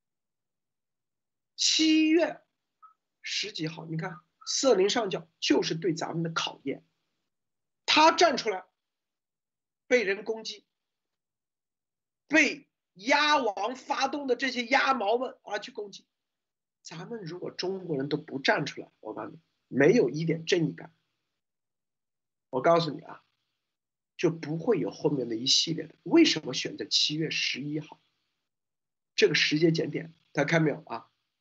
，7月10几号，你看瑟琳上校就是对咱们的考验，他站出来被人攻击，被鸭王发动的这些鸭毛们去攻击，咱们如果中国人都不站出来，我告诉你，没有一点正义感，我告诉你就不会有后面的一系列的。为什么选择7月11号这个时间节点？大家看没有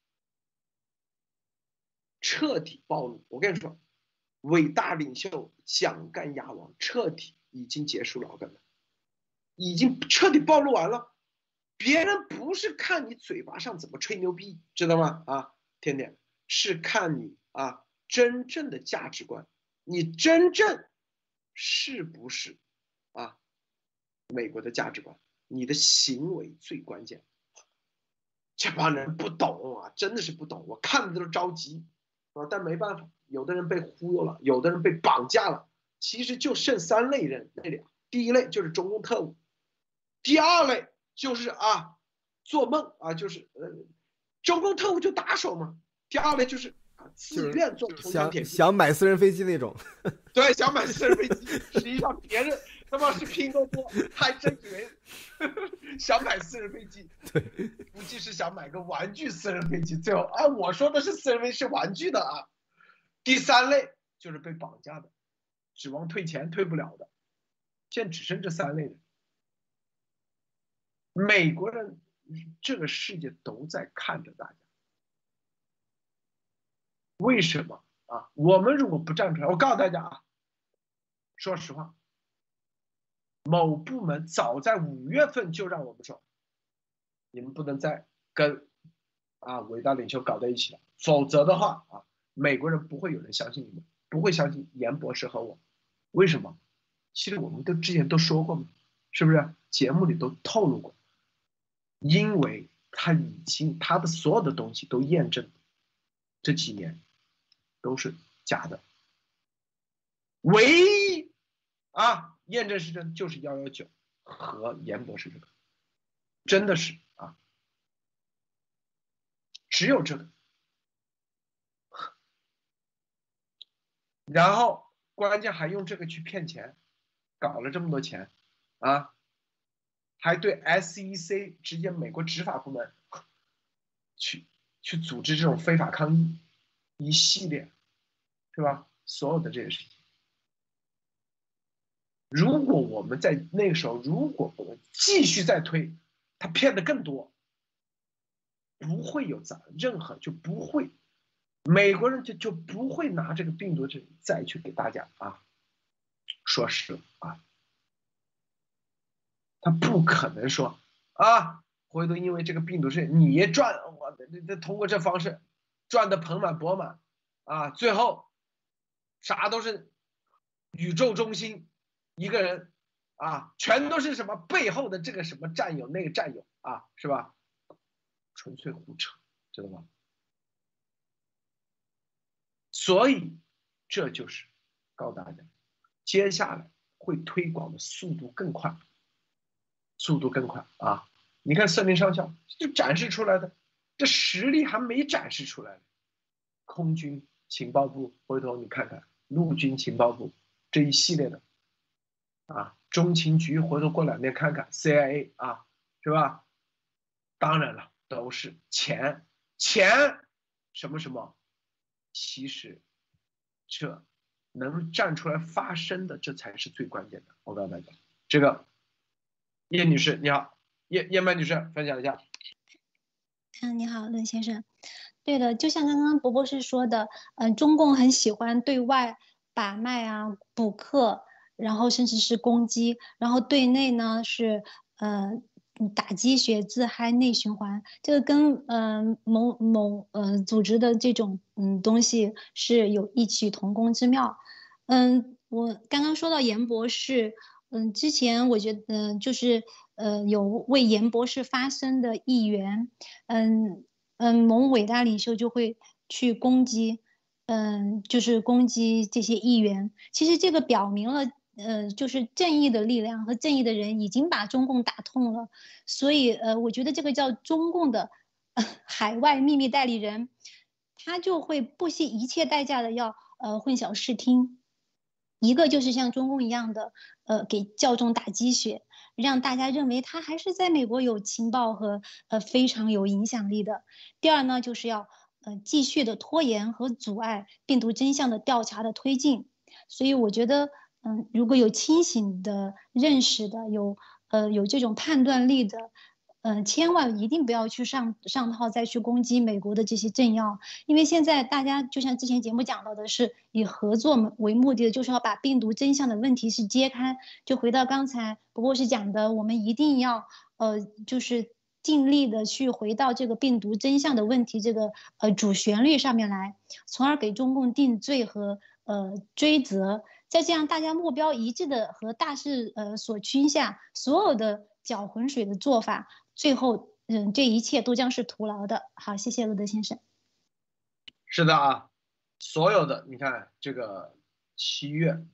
彻底暴露。我跟你说，伟大领袖蒋干鸭王彻底已经结束了，我跟你已经彻底暴露完了。别人不是看你嘴巴上怎么吹牛逼，知道吗？甜甜是看你真正的价值观，你真正是不是美国的价值观，你的行为最关键。这帮人不懂真的是不懂，我看着都着急但没办法，有的人被忽悠了，有的人被绑架了。其实就剩3类人，那俩，第一类就是中共特务，第二类就是做梦就是中共特务就打手嘛，第二类就是自愿做铜墙铁壁， 想买私人飞机那种。 对，想买私人飞机，实际上别人他妈是拼多多，还真以为想买私人飞机， 对， 估计是想买个玩具私人飞机。最后我说的是私人飞机是玩具的第3类就是被绑架的，指望退钱退不了的，现在只剩这3类人。美国人这个世界都在看着大家，为什么我们如果不站出来，我告诉大家说实话，某部门早在5月份就让我们说，你们不能再跟伟大领袖搞在一起了，否则的话美国人不会有人相信你们，不会相信严博士和我。为什么？其实我们之前都说过嘛，是不是？节目里都透露过，因为他的所有的东西都验证这几年都是假的，唯一验证是真就是119和严博士这个，真的是只有这个。然后关键还用这个去骗钱，搞了这么多钱还对 SEC 直接美国执法部门去组织这种非法抗议，一系列是吧？所有的这些事情，如果我们在那个时候，如果我们继续再推，他骗的更多，不会有任何就不会，美国人就不会拿这个病毒再去给大家说实啊，他不可能说回头因为这个病毒是你赚，我通过这方式赚得盆满钵满最后啥都是宇宙中心一个人全都是什么背后的这个什么战友那个战友是吧？纯粹胡扯，知道吗？所以这就是告诉大家，接下来会推广的速度更快，你看瑟林上校就展示出来的，这实力还没展示出来，空军情报部回头你看看，陆军情报部这一系列的中情局回头过2年看看 CIA 是吧？当然了，都是钱什么什么，其实这能站出来发声的，这才是最关键的。我告诉大家，这个叶女士你好，叶曼女士分享一下。 你好，论先生。对的，就像刚刚博博士说的，中共很喜欢对外把脉补课，然后甚至是攻击，然后对内呢是打鸡血自嗨内循环，这个跟某组织的这种东西是有异曲同工之妙。我刚刚说到严博士，之前我觉得就是有为严博士发声的议员，某伟大领袖就会去攻击，就是攻击这些议员。其实这个表明了，就是正义的力量和正义的人已经把中共打痛了。所以，我觉得这个叫中共的海外秘密代理人，他就会不惜一切代价的要混淆视听。一个就是像中共一样的，给教众打鸡血，让大家认为他还是在美国有情报和非常有影响力的。第二呢，就是要继续的拖延和阻碍病毒真相的调查的推进。所以我觉得，如果有清醒的认识的，有这种判断力的，千万一定不要去上套再去攻击美国的这些政要，因为现在大家就像之前节目讲到的，是以合作为目的的，就是要把病毒真相的问题是揭开。就回到刚才不过是讲的，我们一定要就是尽力的去回到这个病毒真相的问题这个主旋律上面来，从而给中共定罪和追责。在这样大家目标一致的和大势所趋下，所有的搅浑水的做法，最后这一切都将是徒劳的。好，谢谢罗德先生。 是的所有的你看这个7月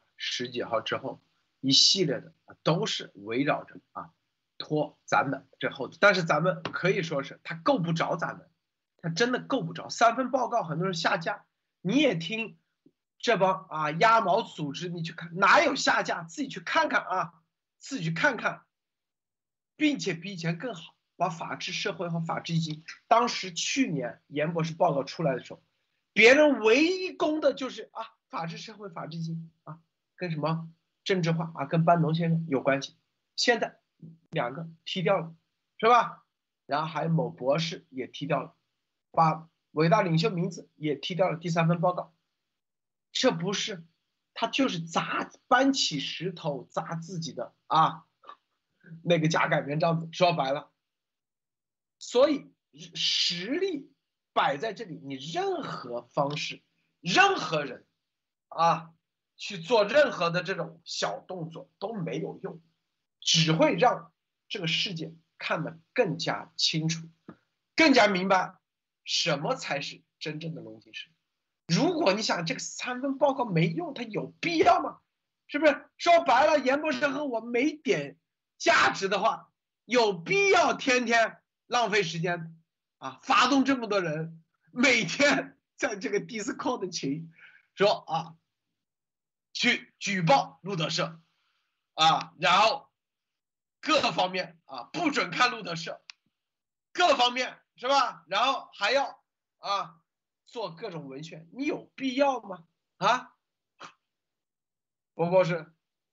10几号之后，一系列的都是围绕着拖咱们这后，但是咱们可以说是他够不着咱们，他真的够不着。3份报告很多人下架，你也听这帮鸭毛组织，你去看哪有下架？自己去看看自己去看看，并且比以前更好，把法治社会和法治基金，当时去年严博士报告出来的时候，别人唯一攻的就是法治社会法治基金跟什么政治化跟班农先生有关系，现在2个踢掉了，是吧？然后还有某博士也踢掉了，把伟大领袖名字也踢掉了第3份报告，这不是他就是搬起石头砸自己的那个假改棉帐子，说白了。所以实力摆在这里，你任何方式任何人去做任何的这种小动作都没有用，只会让这个世界看得更加清楚，更加明白什么才是真正的龙井实力。如果你想这个3份报告没用，它有必要吗？是不是？说白了，严博士和我没点价值的话，有必要天天浪费时间发动这么多人，每天在这个 Discord 群说去举报路德社然后各方面不准看路德社，各方面是吧？然后还要做各种文宣，你有必要吗？ 啊，博博士。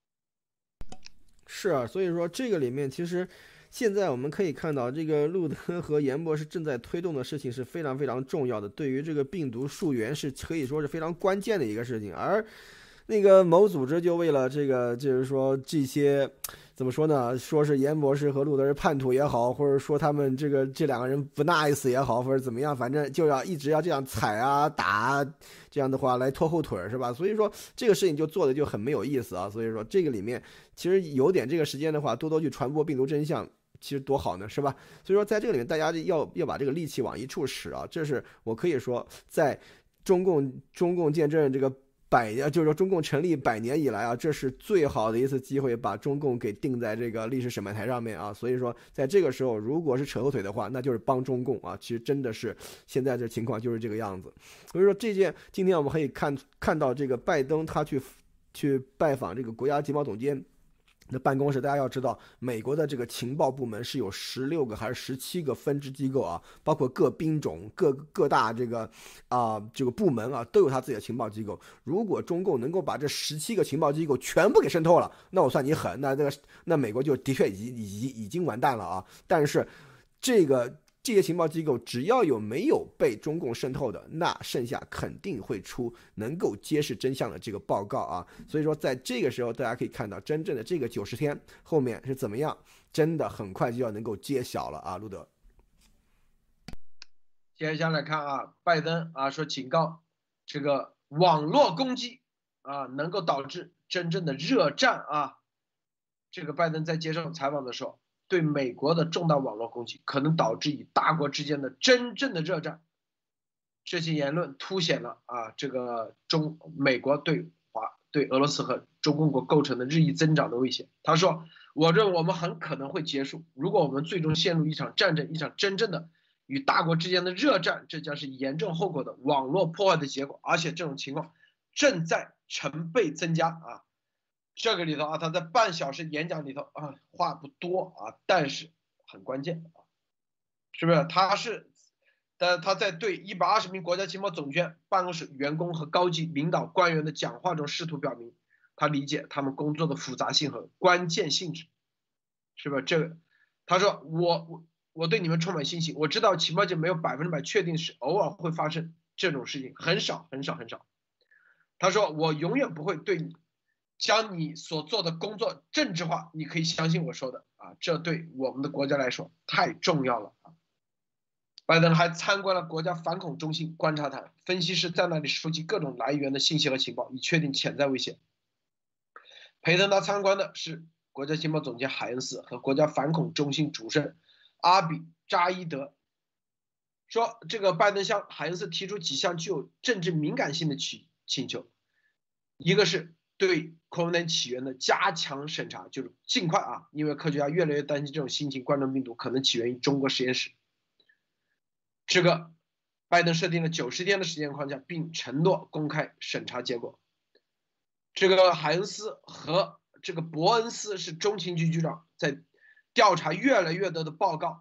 是啊，所以说这个里面其实现在我们可以看到，这个路德和严博士正在推动的事情是非常非常重要的，对于这个病毒溯源是可以说是非常关键的一个事情。而那个某组织就为了这个，就是说这些怎么说呢？说是严博士和路德是叛徒也好，或者说他们这两个人不 nice 也好，或者怎么样，反正就要一直要这样踩啊打啊，这样的话来拖后腿是吧？所以说这个事情就做的就很没有意思啊。所以说这个里面其实有点这个时间的话，多多去传播病毒真相。其实多好呢，是吧？所以说，在这个里面，大家要把这个力气往一处使啊。这是我可以说，在中共建政这个就是说中共成立100年以来啊，这是最好的一次机会，把中共给定在这个历史审判台上面啊。所以说，在这个时候，如果是扯后腿的话，那就是帮中共啊。其实真的是现在这情况就是这个样子。所以说，今天我们可以看到这个拜登他去拜访这个国家情报总监的办公室，大家要知道，美国的这个情报部门是有16个还是17个分支机构啊，包括各兵种、各大这个部门啊，都有他自己的情报机构。如果中共能够把这17个情报机构全部给渗透了，那我算你狠，那美国就的确已经完蛋了啊。但是这些情报机构只要没有被中共渗透的，那剩下肯定会出能够揭示真相的这个报告啊。所以说，在这个时候，大家可以看到真正的这个90天后面是怎么样，真的很快就要能够揭晓了啊，路德。 接下来看啊，拜登啊说警告这个网络攻击啊能够导致真正的热战啊。这个拜登在接受采访的时候，对美国的重大网络攻击可能导致以大国之间的真正的热战。这些言论凸显了啊这个美国对俄罗斯和中共国构成的日益增长的威胁。他说，我认为我们很可能会结束，如果我们最终陷入一场战争，一场真正的与大国之间的热战，这将是严重后果的网络破坏的结果，而且这种情况正在成倍增加啊。这个里头啊，他在半小时演讲里头啊，话不多啊，但是很关键啊，是不是？他在对120名国家情报总监办公室员工和高级领导官员的讲话中，试图表明他理解他们工作的复杂性和关键性质，是吧？他说我对你们充满信心，我知道情报界没有100%确定是偶尔会发生这种事情，很少很少很少。他说我永远不会对你将你所做的工作政治化，你可以相信我说的啊，这对我们的国家来说太重要了啊。拜登还参观了国家反恐中心观察台，分析师在那里收集各种来源的信息和情报，以确定潜在威胁。陪同他参观的是国家情报总监海恩斯和国家反恐中心主任阿比扎伊德。说这个拜登向海恩斯提出几项具有政治敏感性的请求，一个是对 COVID-19 起源的加强审查，就是尽快啊，因为科学家越来越担心这种新型冠状病毒可能起源于中国实验室。这个拜登设定了90天的时间框架，并承诺公开审查结果。这个海恩斯和这个伯恩斯是中情局局长，在调查越来越多的报告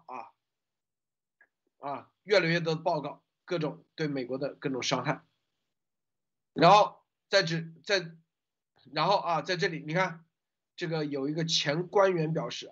越来越多的报告，各种对美国的各种伤害。然后在这里你看，这个有一个前官员表示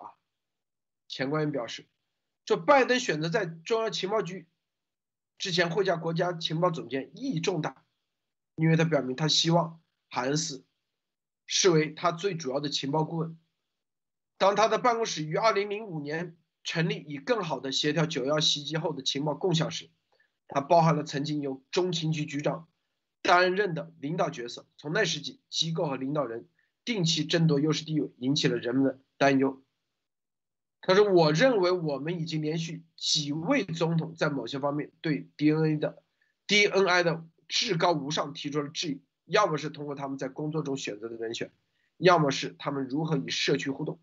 说拜登选择在中央情报局之前会见国家情报总监意义重大，因为他表明他希望海恩斯视为他最主要的情报顾问。当他的办公室于2005年成立，以更好的协调9·11袭击后的情报共享时，他包含了曾经由中情局局长担任的领导角色。从那时起，机构和领导人定期争夺优势地位，引起了人们的担忧。他说，我认为我们已经连续几位总统在某些方面对 DNI 的至高无上提出了质疑，要么是通过他们在工作中选择的人选，要么是他们如何与社区互动。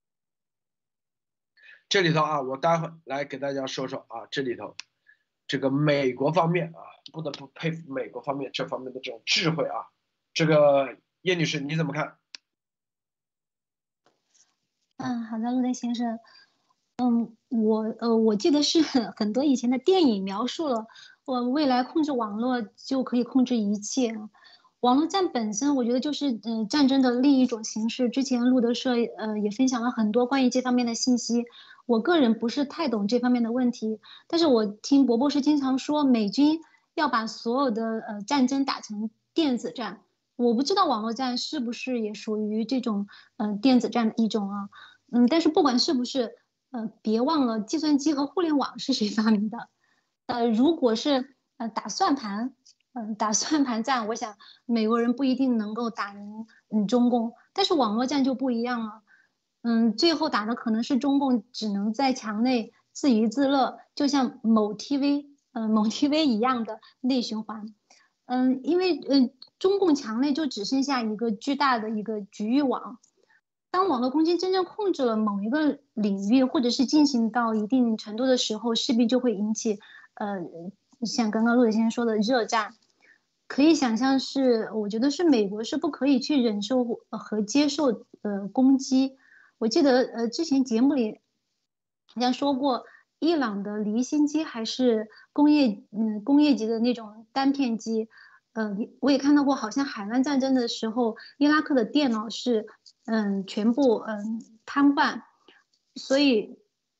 这里头啊，我待会来给大家说说啊，这里头这个美国方面啊，不得不佩服美国方面这方面的这种智慧啊。这个叶女士你怎么看？ 好的，陆德先生。我记得是很多以前的电影描述了，我未来控制网络就可以控制一切。 网络战本身，我觉得就是战争的另一种形式。之前路德社也分享了很多关于这方面的信息。我个人不是太懂这方面的问题，但是我听博博士经常说美军要把所有的战争打成电子战。我不知道网络战是不是也属于这种电子战的一种啊？但是不管是不是，别忘了计算机和互联网是谁发明的？如果是打算盘，打算盘战，我想美国人不一定能够打赢中共，但是网络战就不一样了。最后打的可能是中共只能在墙内自娱自乐，就像某 TV 一样的内循环。因为中共墙内就只剩下一个巨大的一个局域网。当网络攻击真正控制了某一个领域，或者是进行到一定程度的时候，势必就会引起像刚刚陆德先生说的热战。可以想象我觉得是美国是不可以去忍受和接受攻击。我记得之前节目里好像说过，伊朗的离心机还是工业级的那种单片机。我也看到过，好像海湾战争的时候，伊拉克的电脑是全部瘫痪，所以。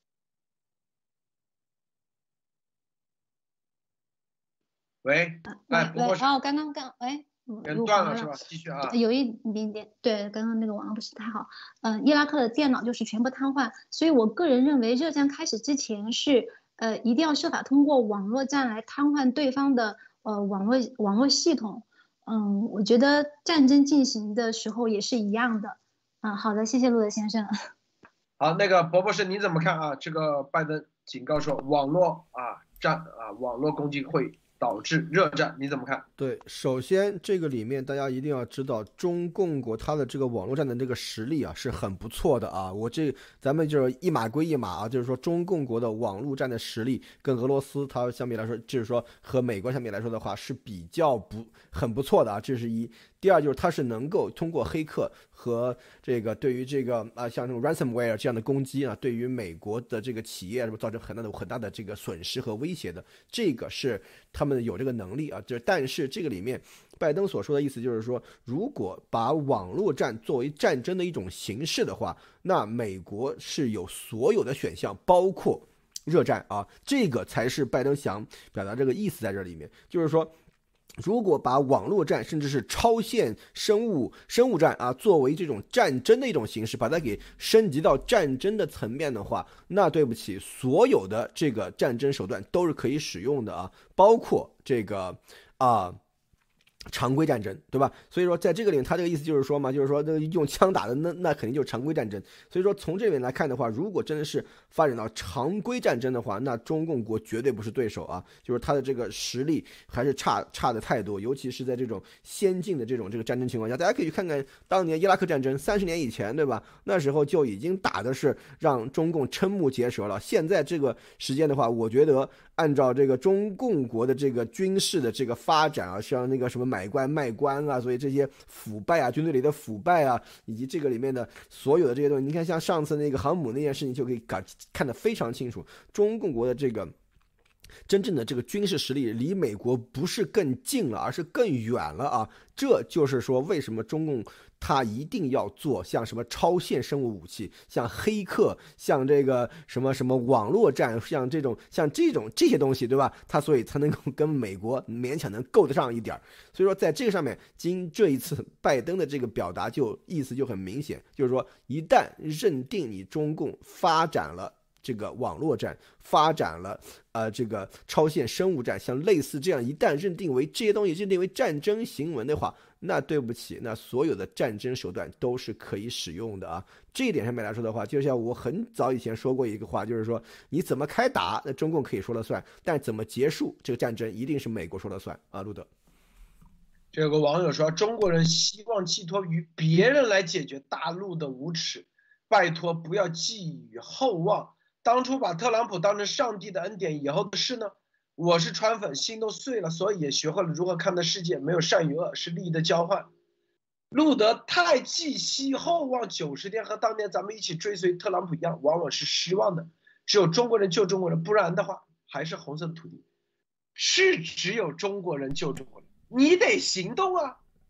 喂， 刚刚断了是吧？继续啊。 有一点点，对，刚刚那个网络不是太好。伊拉克的电脑就是全部瘫痪，所以我个人认为，热战开始之前是一定要设法通过网络战来瘫痪对方的网络系统。我觉得战争进行的时候也是一样的。好的，谢谢陆德先生。 好，那个博博士你怎么看啊？这个拜登警告说网络战网络攻击会导致热战，你怎么看？ 对，首先这个里面大家一定要知道，中共国它的这个网络战的这个实力是很不错的啊。咱们就是一码归一码啊，就是说中共国的网络战的实力跟俄罗斯它相比来说，就是说和美国相比来说的话是比较很不错的啊，这是一。第二就是它是能够通过黑客和这个对于这个像这种 ransomware 这样的攻击啊，对于美国的这个企业造成很大的这个损失和威胁的，这个是他们有这个能力啊。但是这个里面拜登所说的意思就是说，如果把网络战作为战争的一种形式的话，那美国是有所有的选项，包括热战啊，这个才是拜登想表达这个意思在这里面，就是说。如果把网络战甚至是超限生物战作为这种战争的一种形式，把它给升级到战争的层面的话，那对不起，所有的这个战争手段都是可以使用的啊，包括这个常规战争，对吧？所以说在这个里面他这个意思就是说嘛，就是说用枪打的那肯定就是常规战争。所以说从这边来看的话，如果真的是发展到常规战争的话，那中共国绝对不是对手啊，就是他的这个实力还是差的太多，尤其是在这种先进的这个战争情况下。大家可以去看看当年伊拉克战争30年以前，对吧？那时候就已经打的是让中共瞠目结舌了。现在这个时间的话，我觉得按照这个中共国的这个军事的这个发展啊，像那个什么买官卖官啊，所以这些腐败啊，军队里的腐败啊，以及这个里面的所有的这些东西，你看像上次那个航母那件事情就可以看得非常清楚，中共国的这个真正的这个军事实力离美国不是更近了，而是更远了啊！这就是说为什么中共他一定要做像什么超限生物武器，像黑客，像这个什么网络战，像这些东西，对吧？他所以才能够跟美国勉强能够得上一点。所以说在这个上面，经这一次拜登的这个表达意思就很明显，就是说一旦认定你中共发展了这个网络战，发展了这个超限生物战，像类似这样一旦认定为这些东西认定为战争行为的话，那对不起，那所有的战争手段都是可以使用的啊。这一点上面来说的话，就像我很早以前说过一个话，就是说你怎么开打，那中共可以说了算，但怎么结束这个战争，一定是美国说了算啊。路德， 这有个网友说，中国人希望寄托于别人来解决大陆的无耻，拜托不要寄予厚望。当初把特朗普当成上帝的恩典，以后的事呢？我是川粉，心都碎了，所以也学会了如何看待世界，没有善与恶，是利益的交换。路德太寄希厚望，90天和当年咱们一起追随特朗普一样，往往是失望的。只有中国人救中国人，不然的话还是红色的土地。是只有中国人救中国人，你得行动啊！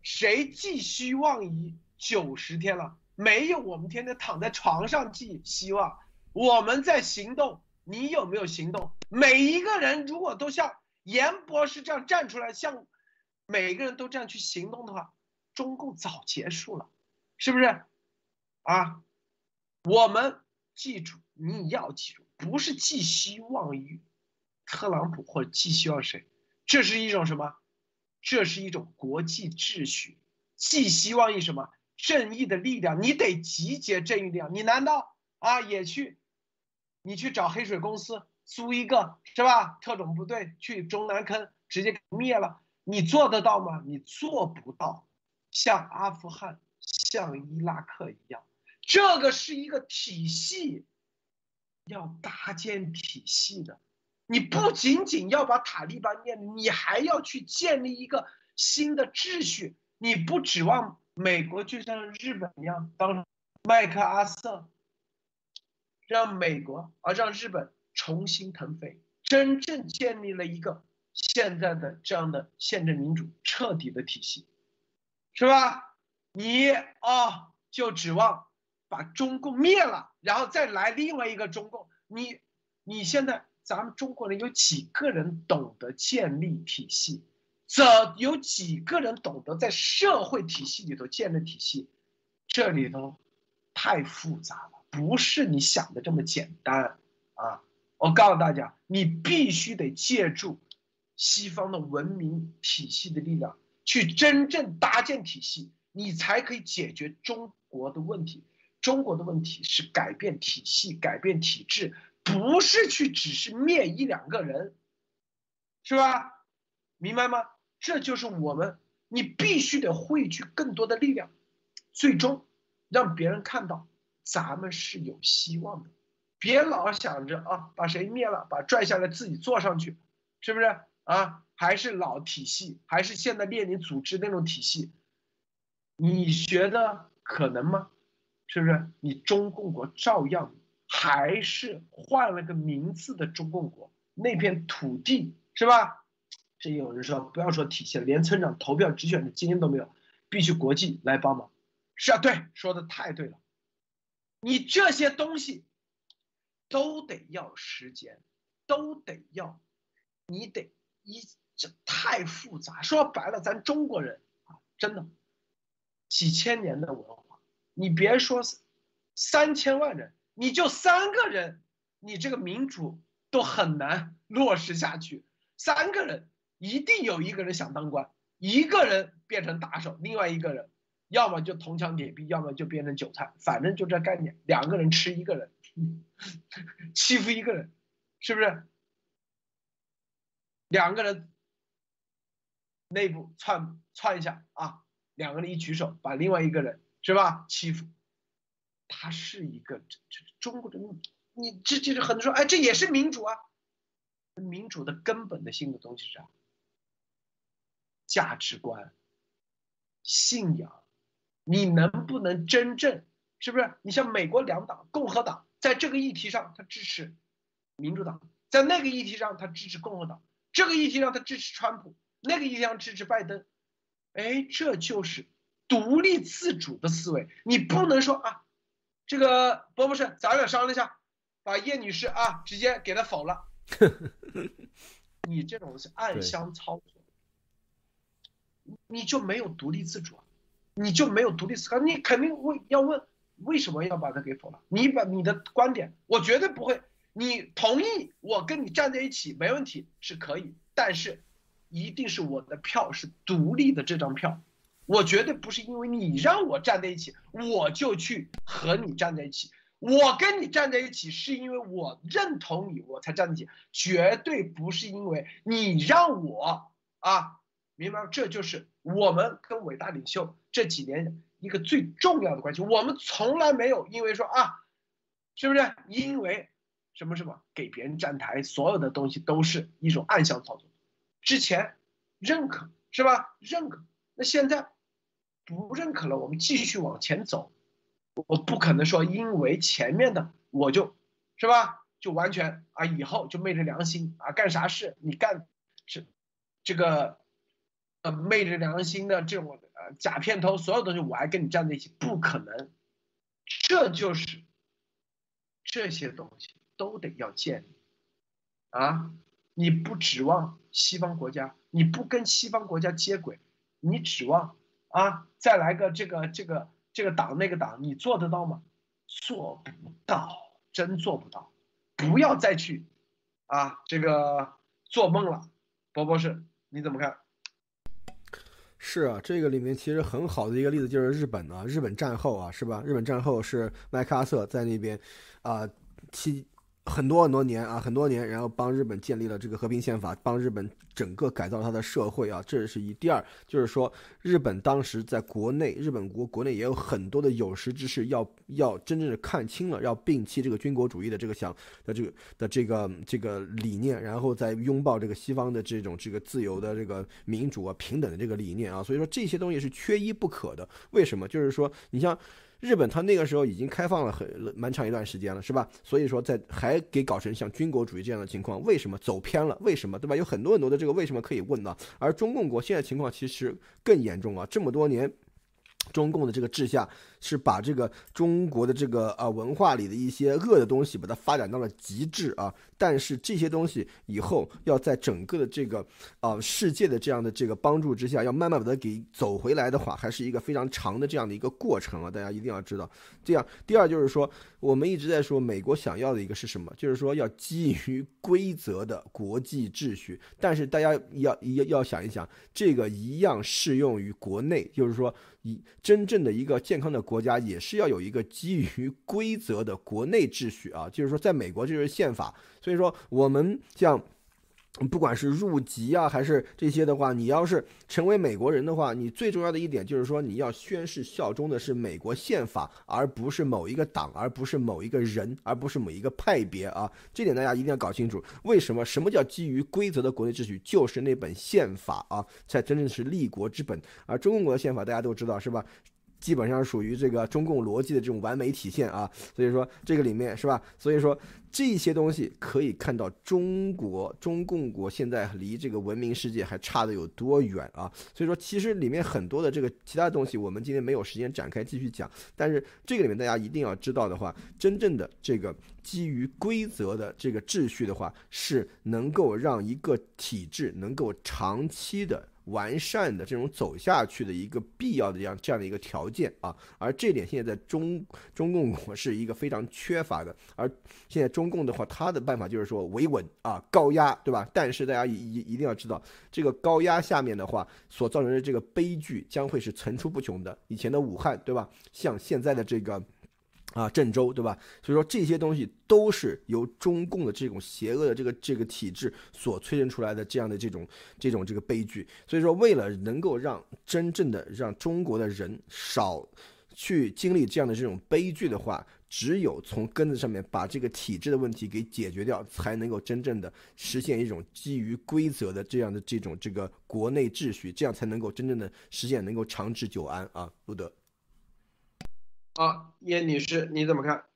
谁寄希望于90天了？没有，我们天天躺在床上寄希望，我们在行动。你有没有行动？每一个人如果都像严博士这样站出来，像每个人都这样去行动的话，中共早结束了，是不是？啊，我们记住，你要记住，不是寄希望于特朗普或者寄希望谁，这是一种什么？这是一种国际秩序。寄希望于什么？正义的力量，你得集结正义力量。你难道你去找黑水公司租一个是吧？特种部队去中南坑直接灭了，你做得到吗？你做不到。像阿富汗、像伊拉克一样，这个是一个体系，要搭建体系的。你不仅仅要把塔利班灭，你还要去建立一个新的秩序。你不指望美国就像日本一样，当麦克阿瑟让日本重新腾飞，真正建立了一个现在的这样的宪政民主彻底的体系，是吧？你就指望把中共灭了，然后再来另外一个中共。你现在咱们中国人有几个人懂得建立体系？有几个人懂得在社会体系里头建立体系？这里头太复杂了，不是你想的这么简单啊！我告诉大家，你必须得借助西方的文明体系的力量，去真正搭建体系，你才可以解决中国的问题。中国的问题是改变体系、改变体制，不是只是灭一两个人，是吧？明白吗？这就是你必须得汇聚更多的力量，最终让别人看到咱们是有希望的。别老想着把谁灭了，把拽下来自己坐上去，是不是啊？还是老体系，还是现在列宁组织那种体系，你觉得可能吗？是不是？你中共国照样还是换了个名字的中共国，那片土地是吧？这有人说不要说体系了，连村长投票直选的基因都没有，必须国际来帮忙。是啊，对，说的太对了。你这些东西都得要时间，都得要，这太复杂。说白了，咱中国人真的几千年的文化，你别说3000万人，你就3个人，你这个民主都很难落实下去。3个人一定有一个人想当官，一个人变成打手，另外一个人要么就铜墙铁壁，要么就变成韭菜，反正就这概念，2个人吃一个人，欺负一个人，是不是？2个人内部窜一下2个人一举手把另外一个人是吧欺负，他是一个中国的你这就是很多说这也是民主啊。民主的根本的性的东西是啥？价值观、信仰，你能不能真正是不是？你像美国2党，共和党在这个议题上他支持民主党，在那个议题上他支持共和党，这个议题上他支持川普，那个议题上支持拜登。这就是独立自主的思维。你不能说这个博士，咱俩商量一下，把叶女士直接给他否了。你这种是暗箱操作，你就没有独立自主，你就没有独立思考。你肯定要问为什么要把它给否了？你把你的观点，我绝对不会。你同意我跟你站在一起没问题，是可以，但是一定是我的票是独立的这张票，我绝对不是因为你让我站在一起，我就去和你站在一起。我跟你站在一起是因为我认同你，我才站在一起，绝对不是因为你让我明白吗？这就是我们跟伟大领袖这几年一个最重要的关系。我们从来没有因为说是不是因为什么给别人站台，所有的东西都是一种暗箱操作。之前认可是吧？认可，那现在不认可了，我们继续往前走。我不可能说因为前面的我就是吧，就完全以后就昧着良心干啥事你干是这个昧着良心的这种假片头，所有东西我还跟你站在一起，不可能。这就是这些东西都得要建立啊！你不指望西方国家，你不跟西方国家接轨，你指望啊再来个这个党那个党，你做得到吗？做不到，真做不到。不要再去这个做梦了。博博士你怎么看？ 是啊，这个里面其实很好的一个例子就是日本啊，日本战后啊，是吧？日本战后是麦克阿瑟在那边很多年，然后帮日本建立了这个和平宪法，帮日本整个改造它的社会啊，这是一。第二就是说，日本当时在国内，日本国内也有很多的有识之士要真正的看清了，要摒弃这个军国主义的这个理念，然后再拥抱这个西方的这个自由的这个民主啊、平等的这个理念啊，所以说这些东西是缺一不可的。为什么？就是说，你像日本，它那个时候已经开放了蛮长一段时间了，是吧？所以说还给搞成像军国主义这样的情况，为什么走偏了？为什么，对吧？有很多的这个为什么可以问呢？而中共国现在情况其实更严重啊，这么多年。中共的这个治下是把这个中国的这个文化里的一些恶的东西把它发展到了极致啊，但是这些东西以后要在整个的这个世界的这样的这个帮助之下，要慢慢把它给走回来的话，还是一个非常长的这样的一个过程啊，大家一定要知道。这样，第二就是说，我们一直在说美国想要的一个是什么？就是说要基于规则的国际秩序，但是大家要想一想，这个一样适用于国内，就是说真正的一个健康的国家也是要有一个基于规则的国内秩序啊，就是说在美国这就是宪法，所以说我们像不管是入籍啊还是这些的话，你要是成为美国人的话，你最重要的一点就是说你要宣誓效忠的是美国宪法，而不是某一个党，而不是某一个人，而不是某一个派别啊，这点大家一定要搞清楚。为什么？什么叫基于规则的国内秩序？就是那本宪法啊，才真正是立国之本。而中国的宪法大家都知道是吧？基本上属于这个中共逻辑的这种完美体现啊，所以说这个里面是吧？所以说这些东西可以看到中共国现在离这个文明世界还差得有多远啊！所以说其实里面很多的这个其他东西我们今天没有时间展开继续讲，但是这个里面大家一定要知道的话，真正的这个基于规则的这个秩序的话，是能够让一个体制能够长期的完善的这种走下去的一个必要的这样的一个条件啊，而这点现在在中共国是一个非常缺乏的，而现在中共的话，他的办法就是说维稳啊，高压，对吧？但是大家一定要知道，这个高压下面的话所造成的这个悲剧将会是层出不穷的。以前的武汉，对吧？像现在的这个郑州，对吧？所以说这些东西都是由中共的这种邪恶的这个体制所催生出来的这样的这种悲剧。所以说，为了能够真正的让中国的人少去经历这样的这种悲剧的话，只有从根子上面把这个体制的问题给解决掉，才能够真正的实现一种基于规则的这样的这个国内秩序，这样才能够真正的实现能够长治久安啊，路德。 叶女士你怎么看？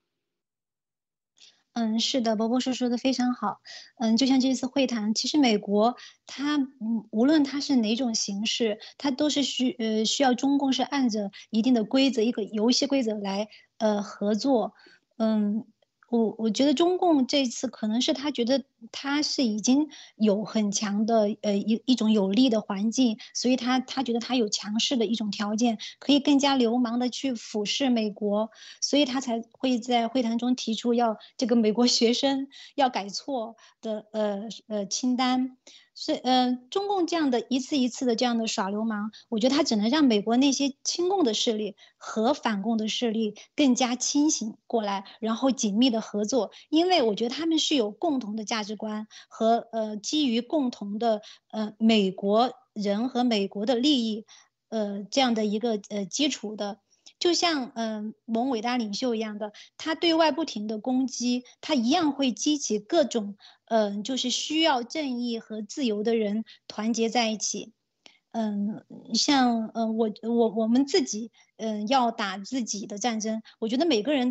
是的，博博士说的非常好。就像这次会谈，其实美国它无论它是哪种形式，它都是需要中共是按着一定的规则，一个游戏规则来合作。我觉得中共这次可能是他觉得他是已经有很强的一种有利的环境，所以他觉得他有强势的一种条件，可以更加流氓的去俯视美国，所以他才会在会谈中提出要这个美国学生要改错的清单。是中共这样的一次一次的这样的耍流氓，我觉得他只能让美国那些亲共的势力和反共的势力更加清醒过来，然后紧密的合作，因为我觉得他们是有共同的价值观和基于共同的美国人和美国的利益这样的一个基础的。就像某伟大领袖一样的，他对外不停的攻击，他一样会激起各种就是需要正义和自由的人团结在一起。像我们自己要打自己的战争，我觉得每个人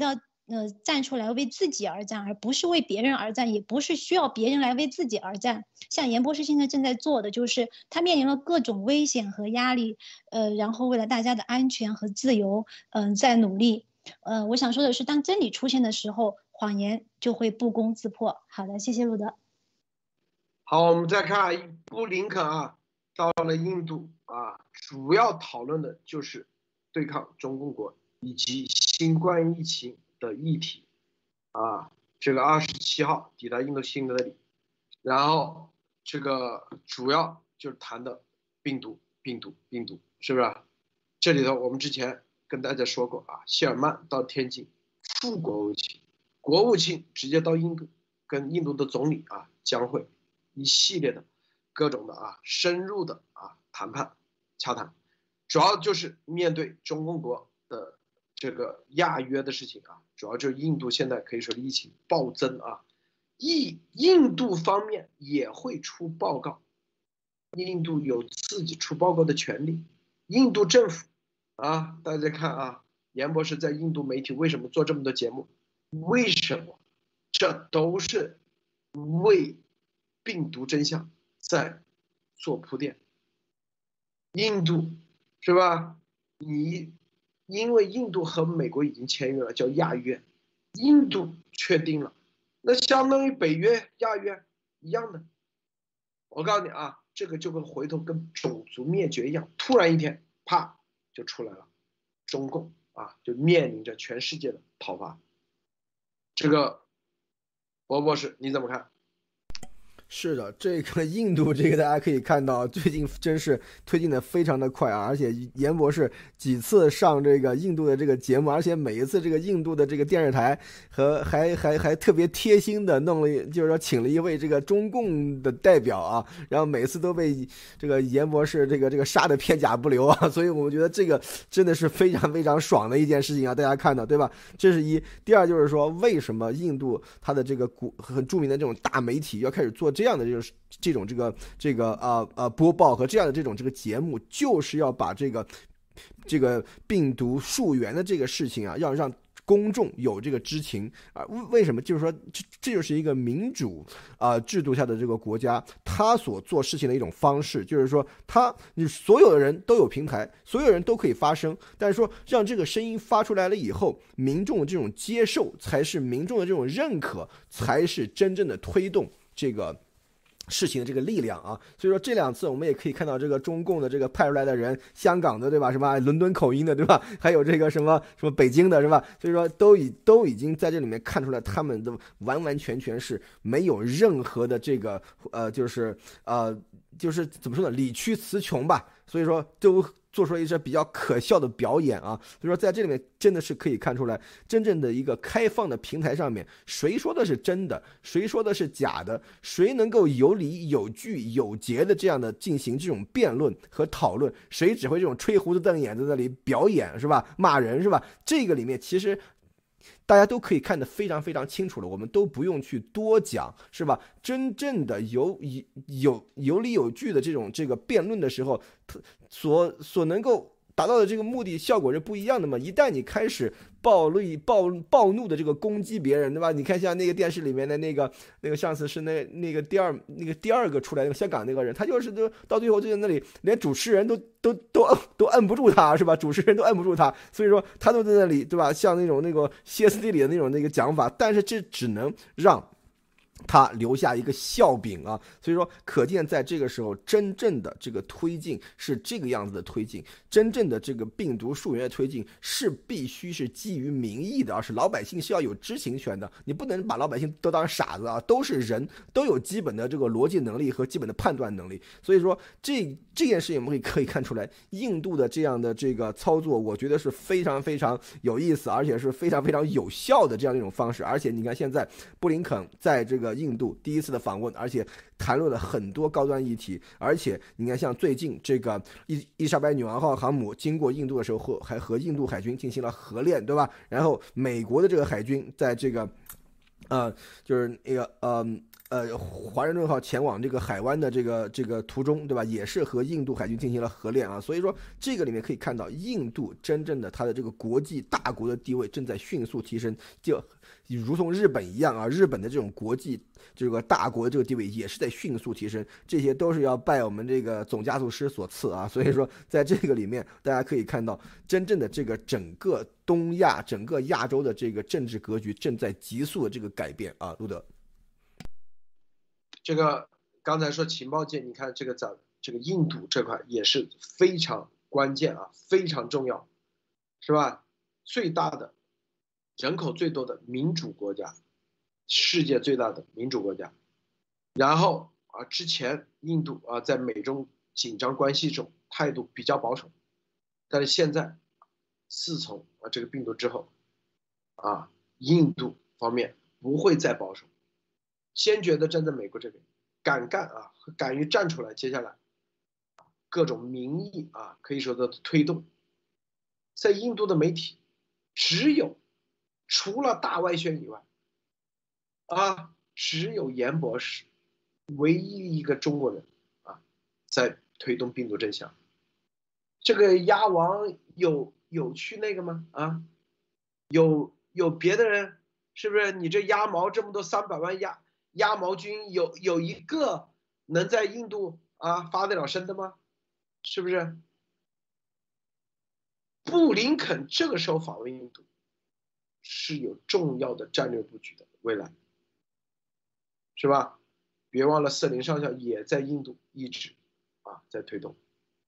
站出来为自己而战，而不是为别人而战，也不是需要别人来为自己而战。像严博士现在正在做的，就是他面临了各种危险和压力，然后为了大家的安全和自由，在努力。我想说的是，当真理出现的时候，谎言就会不攻自破。好的，谢谢路德。 好，我们再看布林肯啊，到了印度啊，主要讨论的就是对抗中共国以及新冠疫情的议题啊。这个27号抵达印度新德里，然后这个主要就是谈的病毒，是不是？这里头我们之前跟大家说过啊，谢尔曼到天津副国务卿，国务卿直接到印度，跟印度的总理啊将会一系列的各种的深入的谈判洽谈，主要就是面对中共国的这个亚约的事情啊，主要就是印度现在可以说疫情暴增啊，印度方面也会出报告，印度有自己出报告的权利，印度政府啊，大家看啊，严博士在印度媒体为什么做这么多节目？为什么？这都是为病毒真相在做铺垫。印度是吧？因为印度和美国已经签约了，叫亚约，印度确定了，那相当于北约、亚约一样的。我告诉你啊，这个就跟回头跟种族灭绝一样，突然一天，啪就出来了，中共就面临着全世界的讨伐。这个博博士你怎么看？ 是的，这个印度这个大家可以看到，最近真是推进的非常的快啊！而且严博士几次上这个印度的这个节目，而且每一次这个印度的这个电视台和还特别贴心的弄了，就是说请了一位这个中共的代表啊，然后每次都被这个严博士这个杀的片甲不留啊！所以我们觉得这个真的是非常非常爽的一件事情啊！大家看到对吧？这是一。第二就是说，为什么印度它的这个很著名的这种大媒体要开始做这样的这种播报和这样的这种节目，就是要把这个病毒溯源的这个事情啊，要让公众有这个知情啊。为什么？就是说这就是一个民主制度下的这个国家，他所做事情的一种方式，就是说你所有的人都有平台，所有人都可以发声，但是说让这个声音发出来了以后，民众的这种接受才是民众的这种认可，才是真正的推动这个事情的这个力量啊。所以说这两次我们也可以看到这个中共的这个派出来的人，香港的对吧，什么伦敦口音的对吧，还有这个什么北京的是吧，所以说都已经在这里面看出来，他们的完完全全是没有任何的这个就是怎么说呢，理屈词穷吧，所以说都做出了一些比较可笑的表演啊。所以说在这里面真的是可以看出来，真正的一个开放的平台上面，谁说的是真的，谁说的是假的，谁能够有理有据有节的这样的进行这种辩论和讨论，谁只会这种吹胡子瞪眼在那里表演是吧，骂人是吧，这个里面其实大家都可以看得非常非常清楚了，我们都不用去多讲，是吧？真正的有理有据的这个辩论的时候，所能够达到的这个目的效果是不一样的嘛。一旦你开始暴怒的这个攻击别人，对吧？你看像那个电视里面的那个上次是那个第二个出来那个香港那个人，他就是到最后就在那里连主持人都摁不住他，是吧？主持人都摁不住他，所以说他都在那里，对吧？像那个歇斯底里的那个讲法，但是这只能让他留下一个笑柄啊，所以说可见在这个时候，真正的这个推进是这个样子的推进，真正的这个病毒溯源的推进是必须是基于民意的，而是老百姓是要有知情权的，你不能把老百姓都当傻子啊，都是人，都有基本的这个逻辑能力和基本的判断能力。所以说这件事情我们可以看出来，印度的这样的这个操作，我觉得是非常非常有意思，而且是非常非常有效的这样一种方式。而且你看现在布林肯在这个印度第一次的访问，而且谈论了很多高端议题，而且你看像最近这个伊莎白女王号航母经过印度的时候，还和印度海军进行了合练，对吧？然后美国的这个海军在这个就是那个华盛顿号前往这个海湾的这个途中，对吧？也是和印度海军进行了合练啊。所以说这个里面可以看到，印度真正的它的这个国际大国的地位正在迅速提升，就如同日本一样啊，日本的这种国际这个大国的这个地位也是在迅速提升，这些都是要拜我们这个总加速师所赐啊。所以说在这个里面，大家可以看到，真正的这个整个东亚、整个亚洲的这个政治格局正在急速的这个改变啊，路德。 这个刚才说情报界，你看这个印度这块也是非常关键啊，非常重要，是吧？最大的人口最多的民主国家，世界最大的民主国家。然后啊，之前印度啊在美中紧张关系中态度比较保守，但是现在自从啊这个病毒之后啊，印度方面不会再保守。坚决的站在美国这边，敢干啊，敢于站出来。接下来，各种民意啊，可以说的推动，在印度的媒体，除了大外宣以外，啊，只有严博士，唯一一个中国人啊，在推动病毒真相。这个鸭王有去那个吗？啊，有别的人，是不是？你这鸭毛这么多300万鸭毛军有一个能在印度啊发得了声的吗？是不是？布林肯这个时候访问印度是有重要的战略布局的，未来是吧？别忘了瑟林上校也在印度一直啊在推动。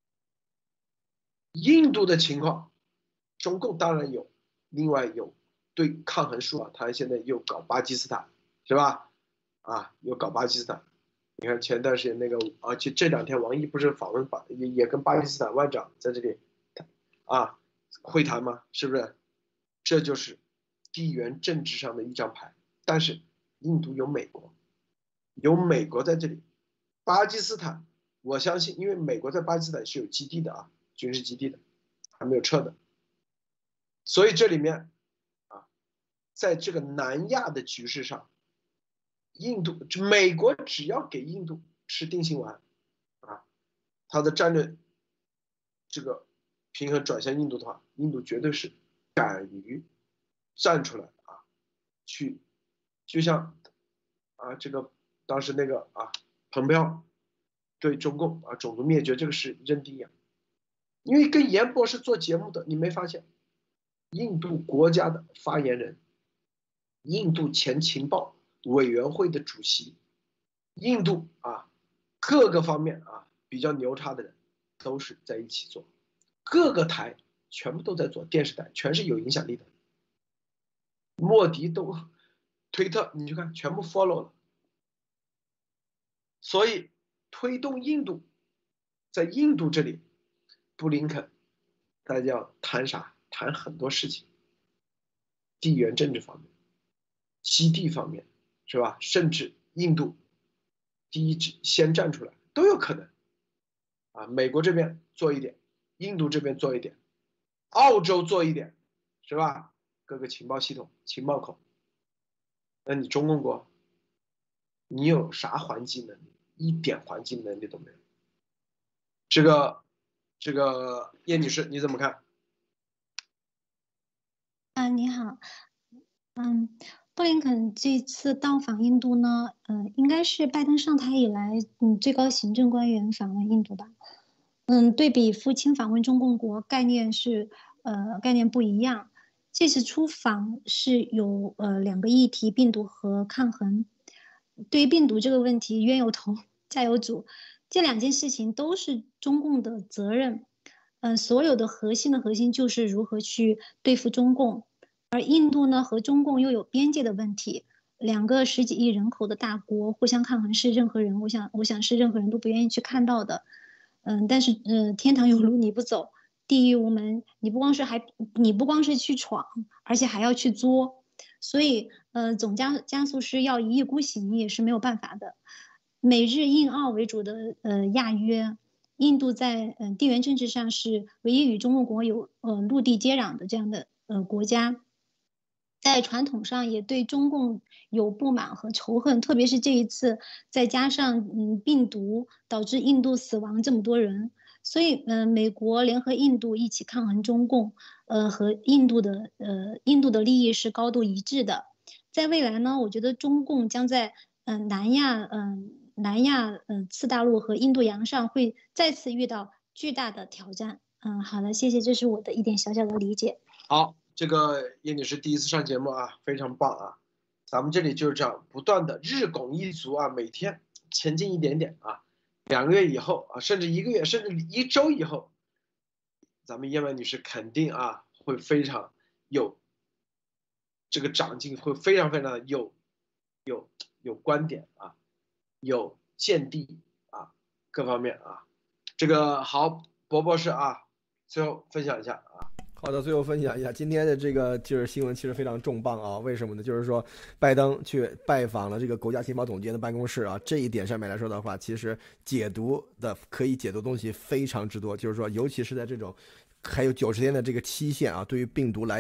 印度的情况，中共当然有，另外有对抗衡术啊，他现在又搞巴基斯坦，是吧？啊，又搞巴基斯坦。你看前段时间那个，而且这2天王毅不是访问也跟巴基斯坦外长在这里啊会谈吗？是不是？这就是地缘政治上的一张牌。但是印度有美国，在这里，巴基斯坦，我相信，因为美国在巴基斯坦是有基地的啊，军事基地的，还没有撤的，所以这里面啊，在这个南亚的局势上。美国只要给印度吃定心丸啊，它的战略这个平衡转向印度的话，印度绝对是敢于站出来啊，去就像啊这个当时那个啊蓬佩奥对中共啊种族灭绝这个事认定一样，因为跟严博士做节目的，你没发现印度国家的发言人，印度前情报委员会的主席，印度啊各个方面啊比较牛叉的人都是在一起做，各个台全部都在做，电视台全是有影响力的，莫迪都推特你去看全部 follow 了，所以推动印度，在印度这里，布林肯大家要谈啥？谈很多事情，地缘政治方面、基地方面，是吧？甚至印度第一先站出来都有可能啊。美国这边做一点，印度这边做一点，澳洲做一点，是吧？各个情报系统、情报口，那你中共国，你有啥还击能力？一点还击能力都没有。这个叶女士你怎么看？ 你好，布林肯这次到访印度呢，应该是拜登上台以来，最高行政官员访问印度吧。对比父亲访问中共国，概念不一样。这次出访是有2个议题，病毒和抗衡。对于病毒这个问题，冤有头债有主，这2件事情都是中共的责任。所有的核心就是如何去对付中共。而印度呢和中共又有边界的问题，2个10几亿人口的大国互相抗衡是任何人，我想是任何人都不愿意去看到的。但是天堂有路你不走，地狱无门，你不光是去闯，而且还要去作，所以总加速师要一意孤行也是没有办法的。美日印澳为主的亚约，印度在地缘政治上是唯一与中国国有陆地接壤的这样的国家。 在传统上也对中共有不满和仇恨，特别是这一次，再加上病毒导致印度死亡这么多人，所以美国联合印度一起抗衡中共，和印度的利益是高度一致的。在未来呢，我觉得中共将在南亚次大陆和印度洋上会再次遇到巨大的挑战。好了，谢谢，这是我的一点小小的理解。 好，这个叶女士第一次上节目啊，非常棒啊！咱们这里就是这样不断的日拱一卒啊，每天前进一点点啊，2个月以后啊，甚至1个月，甚至1周以后，咱们叶曼女士肯定啊会非常有这个长进，会非常非常的有观点啊，有见地啊，各方面啊，这个好，博博士啊，最后分享一下啊。 好的，最后分享一下今天的这个就是新闻，其实非常重磅啊。为什么呢？就是说，拜登去拜访了这个国家情报总监的办公室啊，这一点上面来说的话，其实可以解读的东西非常之多。就是说，尤其是在这种还有90天的这个期限啊，对于病毒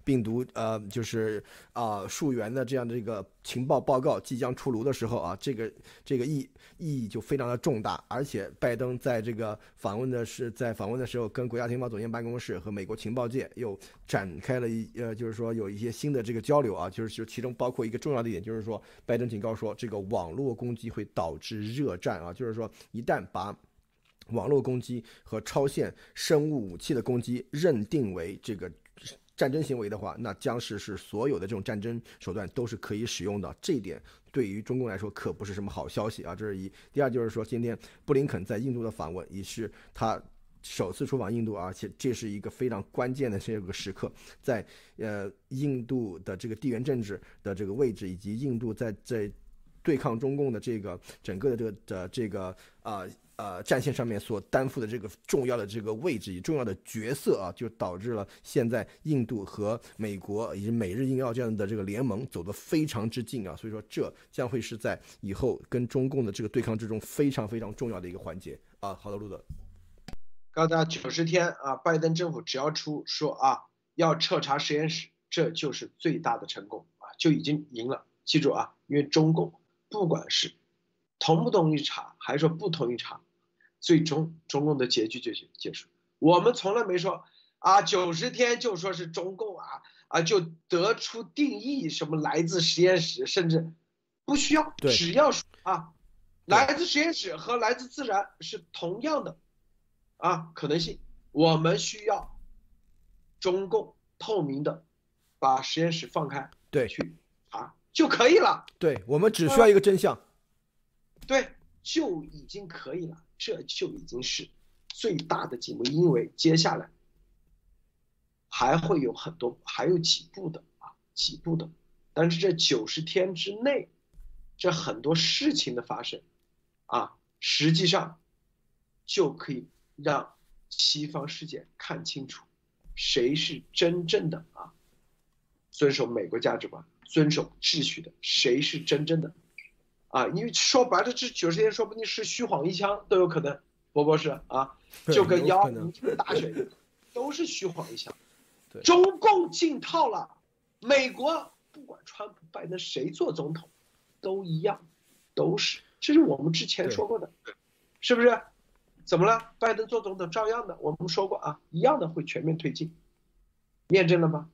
溯源的这样的这个情报报告即将出炉的时候啊，这个意义就非常的重大。而且拜登在这个访问的时候，跟国家情报总监办公室和美国情报界又展开了就是说有一些新的这个交流啊，就是其中包括一个重要的一点，就是说拜登警告说，这个网络攻击会导致热战啊，就是说一旦把网络攻击和超限生物武器的攻击认定为这个战争行为的话，那将是所有的这种战争手段都是可以使用的。这一点对于中共来说可不是什么好消息啊，这是一。第二就是说，今天布林肯在印度的访问也是他首次出访印度，而且这是一个非常关键的这个时刻，在印度的这个地缘政治的这个位置，以及印度在对抗中共的这个整个的这个战线上面所担负的这个重要的这个位置以重要的角色啊，就导致了现在印度和美国以及美日印澳这样的这个联盟走得非常之近啊，所以说这将会是在以后跟中共的这个对抗之中非常非常重要的一个环节啊。好的，路德， 告诉大家90天啊，拜登政府只要说啊要彻查实验室，这就是最大的成功啊，就已经赢了。记住啊，因为中共不管是同不同意查，还是说不同意查，最终中共的结局就结束。我们从来没说啊90天就说是中共就得出定义什么来自实验室，甚至不需要，只要说来自实验室和来自自然是同样的可能性，我们需要中共透明的把实验室放开，去查就可以了。 对，我们只需要一个真相， 对，就已经可以了，这就已经是最大的进步。因为接下来还会有很多，还有几步的，但是这90天之内，这很多事情的发生实际上就可以让西方世界看清楚谁是真正的遵守美国价值观、遵守秩序的，谁是真正的因为说白了，这90天说不定是虚晃一枪都有可能。博博士就跟120大选都是虚晃一枪。中共进套了，美国不管川普、拜登谁做总统，都一样，都是，这是我们之前说过的，是不是？怎么了？拜登做总统照样的，我们说过一样的会全面推进，验证了吗？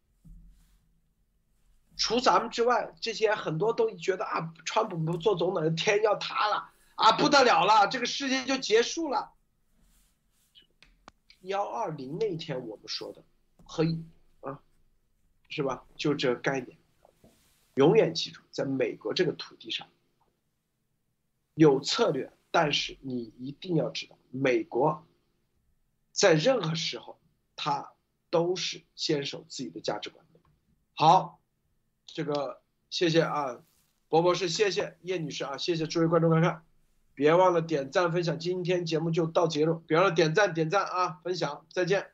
除咱们之外，这些很多都觉得川普不做总统，天要塌了不得了了，这个世界就结束了。120那天我们说的是吧？就这个概念，永远记住，在美国这个土地上有策略，但是你一定要知道，美国在任何时候他都是坚守自己的价值观的。好，这个谢谢博博士，谢谢叶女士谢谢诸位观众观看，别忘了点赞分享，今天节目就到结束，别忘了点赞分享，再见。